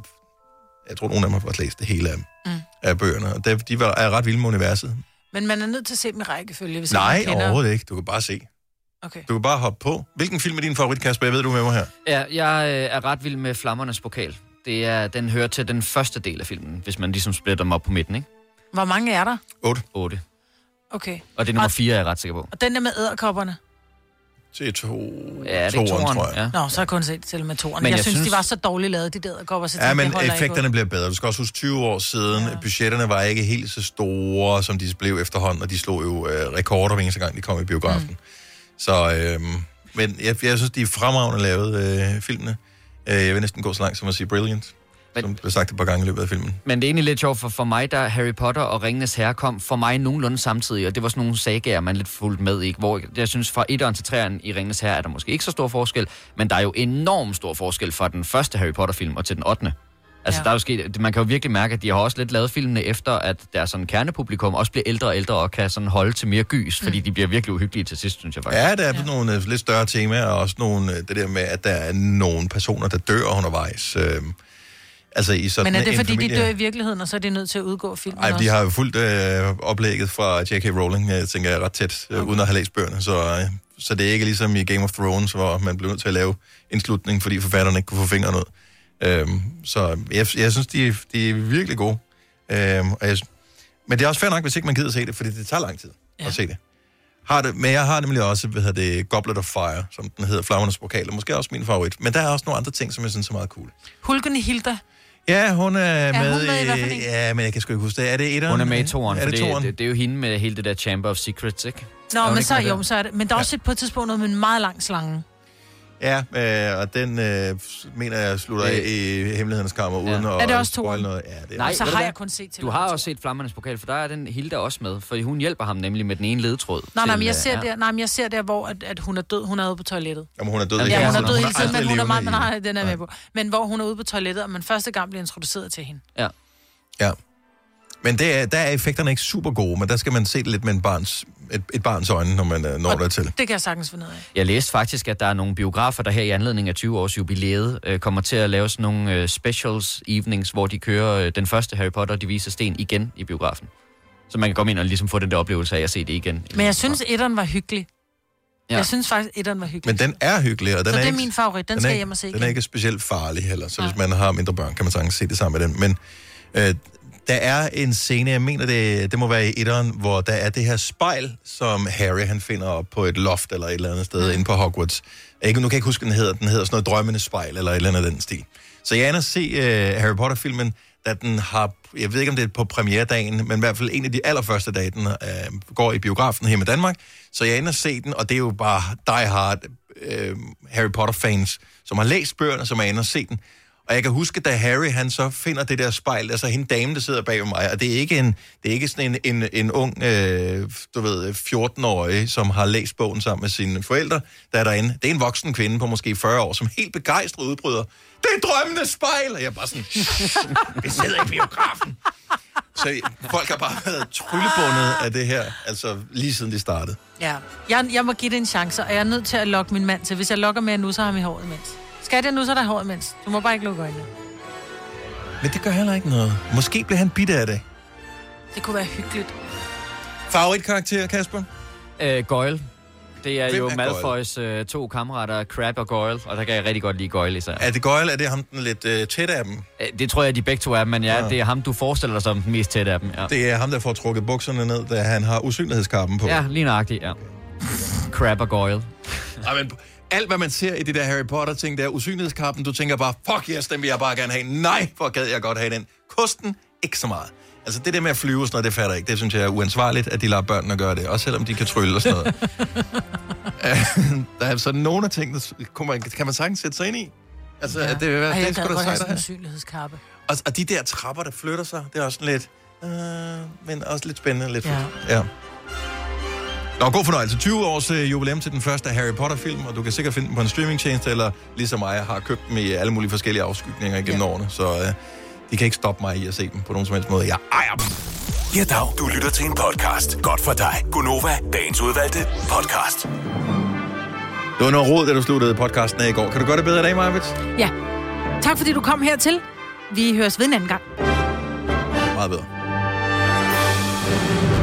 Speaker 1: jeg tror, nogle af dem har fået læst det hele af bøgerne. Og de er ret vilde med universet.
Speaker 2: Men man er nødt til at se dem i rækkefølge, hvis
Speaker 1: Nej,
Speaker 2: man kender...
Speaker 1: overhovedet ikke. Du kan bare se.
Speaker 2: Okay.
Speaker 1: Du kan bare hoppe på. Hvilken film er din favorit, Kasper? Jeg ved, du er med mig her.
Speaker 3: Ja, jeg er ret vild med Flammernes Pokal. Den hører til den første del af filmen, hvis man ligesom splitter dem op på midten, ikke?
Speaker 2: Hvor mange er der?
Speaker 3: 8.
Speaker 2: Okay.
Speaker 3: Og det er nummer 4, jeg er ret sikker på.
Speaker 2: Og den der med edderkopperne?
Speaker 1: Til
Speaker 3: Ja, det er toeren, tror jeg.
Speaker 2: Nå, så har jeg kun set til med toeren. Men jeg synes, de var så dårligt lavet, de der edderkopper.
Speaker 1: Ja, men effekterne bliver bedre. Du skal også huske 20 år siden. Ja. Budgetterne var ikke helt så store, som de blev efterhånden, og de slog jo rekorder hver eneste gang, de kom i biografen. Så, men jeg synes, de er fremragende lavet filmene. Jeg vil næsten gå så langt som at sige brilliant. Som blev sagt et par gange i løbet af filmen.
Speaker 3: Men det er egentlig lidt sjovt, for mig, der Harry Potter og Ringenes Herre kom for mig nogenlunde samtidig, og det var sådan nogle sagaer, man lidt fulgte med i, hvor jeg synes, fra 1'eren til 3'eren i Ringenes Herre er der måske ikke så stor forskel, men der er jo enormt stor forskel fra den første Harry Potter-film og til den 8. Altså, der er jo sket, man kan jo virkelig mærke, at de har også lidt lavet filmene efter, at deres sådan kernepublikum også bliver ældre og ældre og kan sådan holde til mere gys, fordi de bliver virkelig uhyggelige til sidst, synes jeg faktisk.
Speaker 1: Ja, der er nogle lidt større temaer, og også nogle, det der med, at der er nogle personer, der dør undervejs. Altså i sådan
Speaker 2: men er det fordi,
Speaker 1: familie...
Speaker 2: de dør i virkeligheden, og så er de nødt til at udgå filmen?
Speaker 1: Nej, de har jo fulgt oplægget fra J.K. Rowling, jeg tænker jeg ret tæt, uden at have læst bøgerne. Så det er ikke ligesom i Game of Thrones, hvor man blev nødt til at lave en slutning, fordi forfatterne ikke kunne få fingre ud. Så jeg synes, de er virkelig gode. Men det er også fair nok, hvis ikke man gider se det, fordi det tager lang tid at se det. Men jeg har nemlig også, Goblet of Fire, som den hedder, Flammernes Pokal, og måske også min favorit. Men der er også nogle andre ting, som jeg synes er meget cool.
Speaker 2: Hulken i Hilda.
Speaker 1: Ja, hun er med,
Speaker 2: hun med i hvert fald ikke?
Speaker 1: Ja, men jeg kan sgu ikke huske det. Er det etteren?
Speaker 3: Hun er med i toeren, for det er jo hende med hele det der Chamber of Secrets, ikke?
Speaker 2: Nå, men så er det. Men der er også på et tidspunkt noget med en meget lang slange.
Speaker 1: Ja, og den mener jeg slutter af i Hemmelighedernes Kammer, uden at spoil noget. Ja, det er.
Speaker 2: Nej, så har jeg kun set til.
Speaker 3: Du har også set Flammernes Pokal, for der er den Hilda også med, for hun hjælper ham nemlig med den ene ledetråd.
Speaker 2: Nej, men jeg ser der, hvor at hun er død. Hun er ude på toilettet.
Speaker 1: Jamen, hun er død.
Speaker 2: Ja, hun er død hele tiden, men hun er meget, nej, den er med på. Men hvor hun er ude på toilettet, og man første gang bliver introduceret til hende.
Speaker 1: Ja. Men der er effekterne ikke super gode, men der skal man se det lidt med et barns øjne, når man når der til.
Speaker 2: Det kan jeg sagtens finde ud af.
Speaker 3: Jeg læste faktisk, at der er nogle biografer, der her i anledning af 20 års jubilæet kommer til at lave sådan nogle specials evenings, hvor de kører den første Harry Potter, de viser sten igen i biografen. Så man kan komme ind og ligesom få den der oplevelse af at se det igen.
Speaker 2: Men jeg synes, etteren var hyggelig. Ja. Jeg synes faktisk, etteren var hyggelig.
Speaker 1: Men den er hyggelig, og den
Speaker 2: så
Speaker 1: er
Speaker 2: det er
Speaker 1: ikke,
Speaker 2: min favorit. Den skal jeg hjem og se igen.
Speaker 1: Den er ikke specielt farlig heller, så hvis man har mindre børn, kan man sagtens se det sammen med den. Men der er en scene, jeg mener, det må være i etteren, hvor der er det her spejl, som Harry han finder op på et loft eller et eller andet sted inde på Hogwarts. Nu kan jeg ikke huske, den hedder sådan noget drømmenes spejl eller et eller andet af den stil. Så jeg ender at se Harry Potter-filmen, da den har, jeg ved ikke om det er på premieredagen, men i hvert fald en af de allerførste dage, den går i biografen her i Danmark. Så jeg ender at se den, og det er jo bare die hard Harry Potter-fans, som har læst bøgerne, som er inde at se den. Og jeg kan huske, da Harry han så finder det der spejl, altså hende dame, der sidder bag mig, og det er ikke sådan en ung, 14-årig, som har læst bogen sammen med sine forældre, der er derinde. Det er en voksen kvinde på måske 40 år, som helt begejstret udbryder, det er drømmende spejl! Og jeg er bare sådan, vi sidder i biografen. Så folk har bare været tryllebundet af det her, altså lige siden de startede.
Speaker 2: Ja, jeg må give det en chance, og jeg er nødt til at lokke min mand til. Hvis jeg lokker mere nu, så har han i håret imens. Skal jeg nu, så er der hår imens. Du må bare ikke lukke øjnene.
Speaker 1: Men det gør heller ikke noget. Måske bliver han bitte af det.
Speaker 2: Det kunne være hyggeligt.
Speaker 1: Favoritkarakter, Kasper?
Speaker 3: Goyle. Det er
Speaker 1: Hvem
Speaker 3: jo
Speaker 1: er
Speaker 3: Malfoys to kammerater, Crabbe og Goyle, og der kan jeg rigtig godt lide Goyle især.
Speaker 1: Er det Goyle? Er det ham den lidt tæt af dem?
Speaker 3: Det tror jeg, de begge to er, men ja, det er ham, du forestiller dig som den mest tæt af dem. Ja.
Speaker 1: Det er ham, der får trukket bukserne ned, da han har usynlighedskappen på.
Speaker 3: Ja, lige nøjagtigt, ja. Crabbe og Goyle.
Speaker 1: Men alt, hvad man ser i det der Harry Potter-ting, der er usynlighedskappen, du tænker bare, fuck yes, den vil jeg bare gerne have. Nej, hvor gad jeg godt have den. Kosten, ikke så meget. Altså det der med at flyve og sådan noget, det fatter jeg ikke. Det synes jeg er uansvarligt, at de lader børnene gøre det. Også selvom de kan trylle og sådan noget. Der er sådan nogle af tingene, kan man sagtens sætte sig ind i. Altså,
Speaker 2: Ja.
Speaker 1: det vil være,
Speaker 2: Jeg
Speaker 1: det
Speaker 2: gad
Speaker 1: skulle da
Speaker 2: godt have
Speaker 1: sejt
Speaker 2: sådan
Speaker 1: at
Speaker 2: en synlighedskappe.
Speaker 1: Og de der trapper, der flytter sig, det er også sådan lidt, men også lidt spændende. Lidt ja. Nå, god fornøjelse. 20 års jubilæum til den første Harry Potter-film, og du kan sikkert finde den på en streamingtjeneste, eller ligesom mig har købt dem i alle mulige forskellige afskygninger igennem årene, så de kan ikke stoppe mig i at se dem på nogen som helst måde. Jeg ejer dem.
Speaker 6: Ja, dag. Du lytter til en podcast. Godt for dig. Gunova, dagens udvalgte podcast.
Speaker 1: Det var noget råd, da du sluttede podcasten af i går. Kan du gøre det bedre i dag, Marvitt?
Speaker 2: Ja. Tak fordi du kom hertil. Vi høres ved en anden gang.
Speaker 1: Meget bedre.